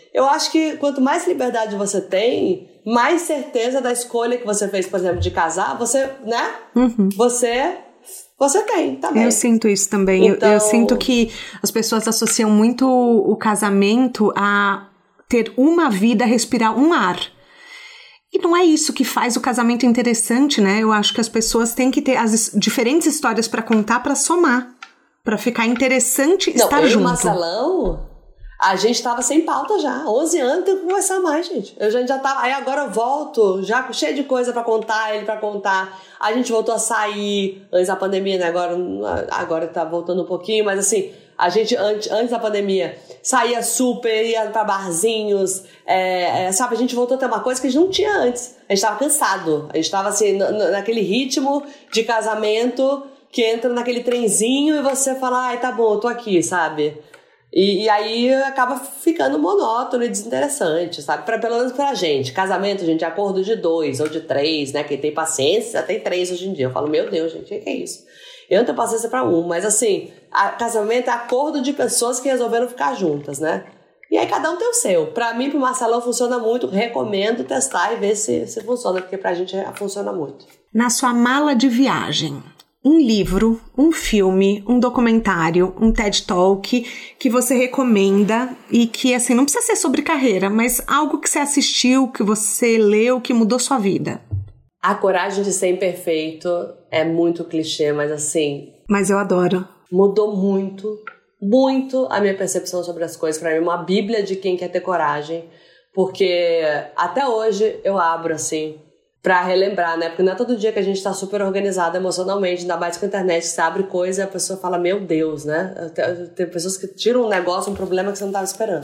Speaker 2: eu acho que quanto mais liberdade você tem, mais certeza da escolha que você fez, por exemplo, de casar, você, né? Uhum. Você, você tem também.
Speaker 1: Eu sinto isso também. Então... eu, eu sinto que as pessoas associam muito o casamento a ter uma vida, respirar um ar. E não é isso que faz o casamento interessante, né? Eu acho que as pessoas têm que ter as diferentes histórias para contar, para somar, para ficar interessante
Speaker 2: não,
Speaker 1: estar
Speaker 2: eu
Speaker 1: junto.
Speaker 2: Não, eu e o Marcelão, a gente tava sem pauta já. onze anos, tem que conversar mais, gente. Eu já, já tava... Aí agora eu volto, já cheio de coisa pra contar, ele pra contar. A gente voltou a sair antes da pandemia, né? Agora, agora tá voltando um pouquinho, mas assim... A gente, antes, antes da pandemia, saía super, ia pra barzinhos, é, é, sabe? A gente voltou a ter uma coisa que a gente não tinha antes. A gente tava cansado. A gente tava, assim, n- naquele ritmo de casamento que entra naquele trenzinho e você fala, ai, tá bom, eu tô aqui, sabe? E, e aí acaba ficando monótono e desinteressante, sabe? Pra, pelo menos pra gente. Casamento, gente, é acordo de dois ou de três, né? Quem tem paciência, tem três hoje em dia. Eu falo, meu Deus, gente, o que é isso? Eu não tenho paciência pra um, mas assim, a, casamento é acordo de pessoas que resolveram ficar juntas, né? E aí cada um tem o seu. Pra mim, pro Marcelão funciona muito, recomendo testar e ver se, se funciona, porque pra gente funciona muito.
Speaker 1: Na sua mala de viagem, um livro, um filme, um documentário, um TED Talk que você recomenda e que, assim, não precisa ser sobre carreira, mas algo que você assistiu, que você leu, que mudou sua vida.
Speaker 2: A Coragem de Ser Imperfeito é muito clichê, mas assim...
Speaker 1: Mas eu adoro.
Speaker 2: Mudou muito, muito a minha percepção sobre as coisas. Pra mim, uma bíblia de quem quer ter coragem. Porque até hoje eu abro, assim, pra relembrar, né? Porque não é todo dia que a gente tá super organizado emocionalmente, ainda mais com a internet. Você abre coisa e a pessoa fala, meu Deus, né? Tem pessoas que tiram um negócio, um problema que você não tava esperando.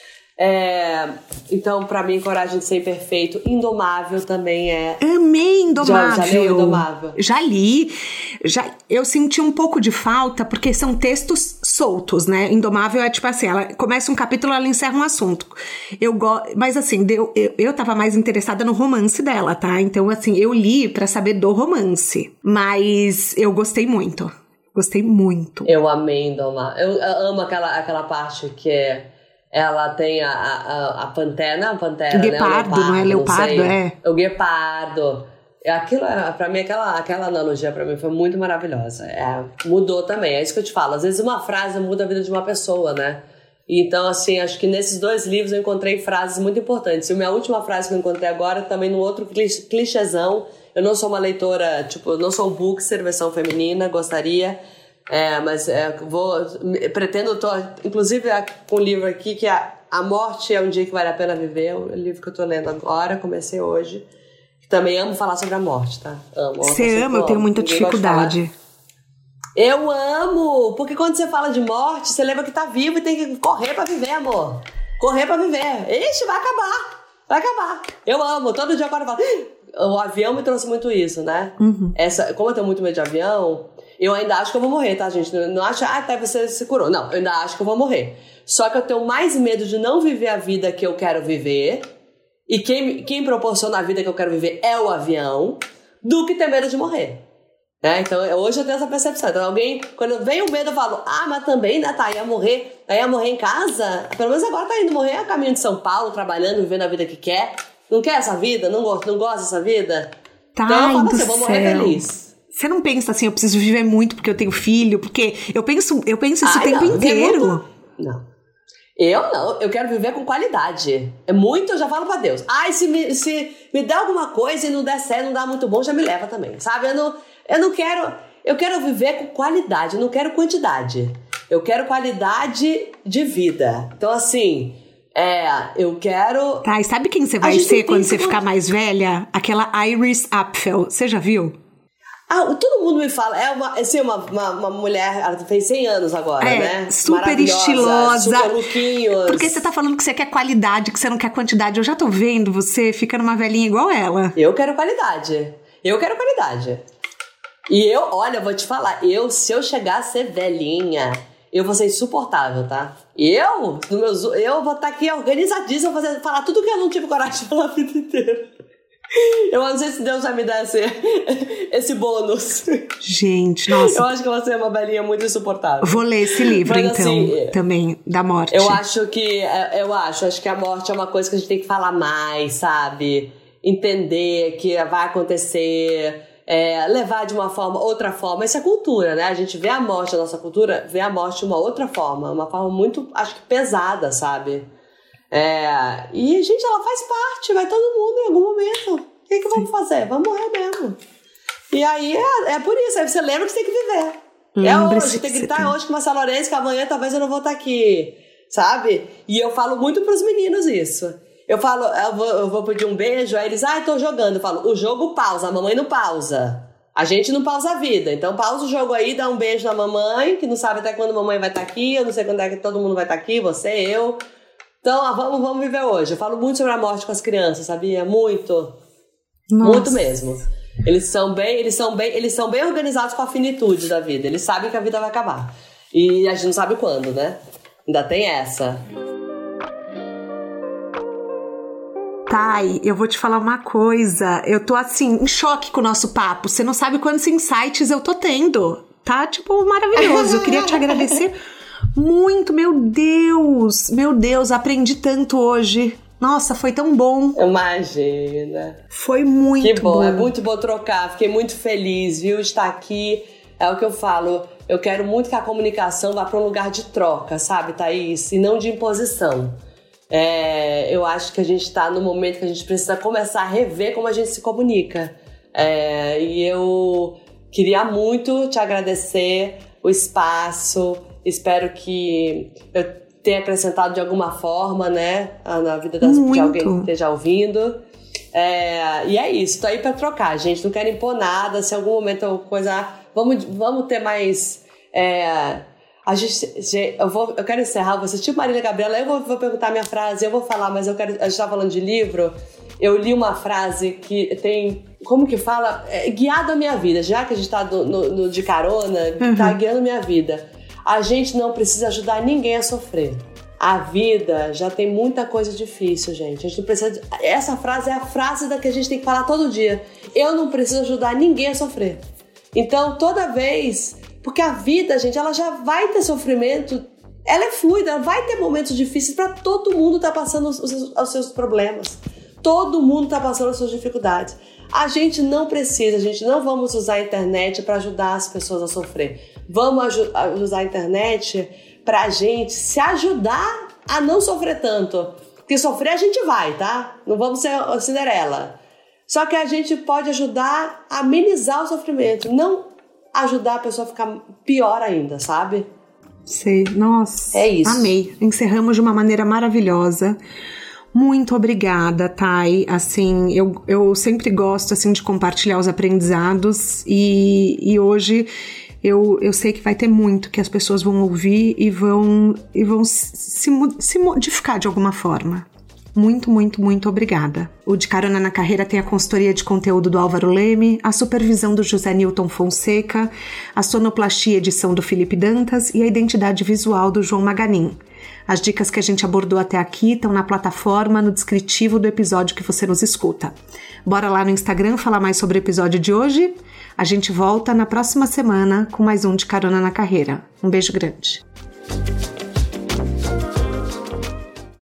Speaker 2: É, então, pra mim, Coragem de Ser Imperfeito, Indomável também é...
Speaker 1: Amei Indomável.
Speaker 2: Já, já leu Indomável?
Speaker 1: Já li. Já, eu senti um pouco de falta, porque são textos soltos, né? Indomável é tipo assim, ela começa um capítulo, ela encerra um assunto. Eu go... Mas assim, eu, eu, eu tava mais interessada no romance dela, tá? Então, assim, eu li pra saber do romance. Mas eu gostei muito. Gostei muito.
Speaker 2: Eu amei Indomável. Eu amo aquela, aquela parte que é... Ela tem a, a, a pantera, a pantera,
Speaker 1: guepardo,
Speaker 2: né? O leopardo,
Speaker 1: não é? Leopardo,
Speaker 2: não
Speaker 1: é.
Speaker 2: O guepardo. Aquilo, pra mim, aquela, aquela analogia pra mim foi muito maravilhosa. É, mudou também, é isso que eu te falo. Às vezes uma frase muda a vida de uma pessoa, né? Então, assim, acho que nesses dois livros eu encontrei frases muito importantes. E a minha última frase que eu encontrei agora, também num outro clichêzão. Eu não sou uma leitora, tipo, eu não sou um bookster, versão feminina, gostaria... É, mas é, vou, pretendo, tô, inclusive com um livro aqui que é A Morte é um Dia que Vale a Pena Viver, o livro que eu tô lendo agora, comecei hoje, que também amo falar sobre a morte, tá? Amo.
Speaker 1: Você ama? Eu tenho muita dificuldade.
Speaker 2: Eu amo, porque quando você fala de morte, você lembra que tá vivo e tem que correr pra viver, amor. Correr pra viver. Ixi, vai acabar, vai acabar. Eu amo, todo dia agora eu falo... O avião me trouxe muito isso, né? Uhum. Essa, como eu tenho muito medo de avião... Eu ainda acho que eu vou morrer, tá, gente? Não, não acho, ah, até você se curou. Não, eu ainda acho que eu vou morrer. Só que eu tenho mais medo de não viver a vida que eu quero viver. E quem, quem proporciona a vida que eu quero viver é o avião. Do que ter medo de morrer. Né? Então, hoje eu tenho essa percepção. Então, alguém, quando vem o medo, eu falo, ah, mas também, né, tá, ia morrer. Ia morrer em casa. Pelo menos agora tá indo morrer a caminho de São Paulo, trabalhando, vivendo a vida que quer. Não quer essa vida? Não, não gosta dessa vida?
Speaker 1: Tá,
Speaker 2: então, eu falo assim, eu vou morrer feliz.
Speaker 1: Você não pensa assim, eu preciso viver muito porque eu tenho filho, porque eu penso, eu penso isso Ai, o tempo
Speaker 2: não,
Speaker 1: inteiro.
Speaker 2: Muito... Não. Eu não, eu quero viver com qualidade. É muito, eu já falo pra Deus. Ai, se me, se me der alguma coisa e não der certo, não dá muito bom, já me leva também, sabe? Eu não, eu não quero, eu quero viver com qualidade, eu não quero quantidade. Eu quero qualidade de vida. Então, assim, é, eu quero...
Speaker 1: Tá, e sabe quem você vai ser quando você ficar mais velha? Aquela Iris Apfel, você já viu?
Speaker 2: Ah, todo mundo me fala, é uma, assim, uma, uma, uma mulher, ela fez cem anos agora,
Speaker 1: é,
Speaker 2: né?
Speaker 1: Super estilosa.
Speaker 2: Super lookinhos.
Speaker 1: Porque você tá falando que você quer qualidade, que você não quer quantidade. Eu já tô vendo você ficando uma velhinha igual ela.
Speaker 2: Eu quero qualidade. Eu quero qualidade. E eu, olha, eu vou te falar, eu, se eu chegar a ser velhinha, eu vou ser insuportável, tá? Eu, no meus, eu vou estar tá aqui organizadíssima, fazer, falar tudo que eu não tive coragem de falar a vida inteira. Eu não sei se Deus vai me dar esse, esse bônus.
Speaker 1: Gente, nossa.
Speaker 2: Eu acho que você é uma velhinha muito insuportável.
Speaker 1: Vou ler esse livro,
Speaker 2: Mas,
Speaker 1: então,
Speaker 2: assim,
Speaker 1: também, da morte.
Speaker 2: Eu acho que, eu acho, acho que a morte é uma coisa que a gente tem que falar mais, sabe? Entender que vai acontecer, é, levar de uma forma, outra forma. Isso é cultura, né? A gente vê a morte, a nossa cultura, vê a morte de uma outra forma. Uma forma muito, acho que pesada, sabe? É, e, gente, ela faz parte, vai todo mundo em algum momento. O que, que vamos fazer? Vamos morrer mesmo. E aí é, é por isso, aí você lembra que você tem que viver. É hoje, tem que gritar é hoje com Marcelo Lourenço, que amanhã talvez eu não vou estar aqui, sabe? E eu falo muito pros meninos isso. Eu falo, eu vou, eu vou pedir um beijo, aí eles, ai, ah, tô jogando. Eu falo, o jogo pausa, a mamãe não pausa. A gente não pausa a vida. Então pausa o jogo aí, dá um beijo na mamãe, que não sabe até quando a mamãe vai estar aqui, eu não sei quando é que todo mundo vai estar aqui, você, eu... Então, ah, vamos, vamos viver hoje. Eu falo muito sobre a morte com as crianças, sabia? Muito. Nossa. Muito mesmo. Eles são bem, eles são bem, eles são bem organizados com a finitude da vida. Eles sabem que a vida vai acabar. E a gente não sabe quando, né? Ainda tem essa.
Speaker 1: Thay, eu vou te falar uma coisa. Eu tô, assim, em choque com o nosso papo. Você não sabe quantos insights eu tô tendo. Tá, tipo, maravilhoso. Eu queria te agradecer muito, meu Deus, meu Deus, aprendi tanto hoje. Nossa, foi tão bom.
Speaker 2: Imagina.
Speaker 1: Foi muito bom.
Speaker 2: Que bom,
Speaker 1: bom.
Speaker 2: É muito bom trocar. Fiquei muito feliz, viu, de estar aqui. É o que eu falo. Eu quero muito que a comunicação vá para um lugar de troca, sabe, Thaís? E não de imposição. É, eu acho que a gente está no momento que a gente precisa começar a rever como a gente se comunica. É, e eu queria muito te agradecer o espaço. Espero que eu tenha acrescentado de alguma forma, né, na vida das, de alguém que esteja ouvindo. É, e é isso, tô aí pra trocar, gente. Não quero impor nada. Se em algum momento coisa. Vamos, vamos ter mais. É, a gente, gente, eu, vou, eu quero encerrar. Você, tipo Marília Gabriela, eu vou, vou perguntar a minha frase, eu vou falar, mas eu quero. A gente tá falando de livro. Eu li uma frase que tem. Como que fala? É, guiado a minha vida. Já que a gente tá no, no, no de carona, uhum. Tá guiando a minha vida. A gente não precisa ajudar ninguém a sofrer. A vida já tem muita coisa difícil, gente. A gente não precisa... Essa frase é a frase da que a gente tem que falar todo dia. Eu não preciso ajudar ninguém a sofrer. Então, toda vez... Porque a vida, gente, ela já vai ter sofrimento. Ela é fluida, ela vai ter momentos difíceis para todo mundo estar tá passando os, os, os seus problemas. Todo mundo está passando as suas dificuldades. A gente não precisa, a gente não vamos usar a internet para ajudar as pessoas a sofrer. Vamos usar a internet pra gente se ajudar a não sofrer tanto. Porque sofrer a gente vai, tá? Não vamos ser Cinderela. Só que a gente pode ajudar a amenizar o sofrimento. Não ajudar a pessoa a ficar pior ainda, sabe?
Speaker 1: Sei. Nossa.
Speaker 2: É isso.
Speaker 1: Amei. Encerramos de uma maneira maravilhosa. Muito obrigada, Thay. Assim, eu, eu sempre gosto, assim, de compartilhar os aprendizados. E, e hoje... Eu, eu sei que vai ter muito que as pessoas vão ouvir e vão, e vão se, se modificar de alguma forma. Muito, muito, muito obrigada. O De Carona na Carreira tem a consultoria de conteúdo do Álvaro Leme, a supervisão do José Newton Fonseca, a sonoplastia e edição do Felipe Dantas e a identidade visual do João Maganin. As dicas que a gente abordou até aqui estão na plataforma, no descritivo do episódio que você nos escuta. Bora lá no Instagram falar mais sobre o episódio de hoje? A gente volta na próxima semana com mais um De Carona na Carreira. Um beijo grande.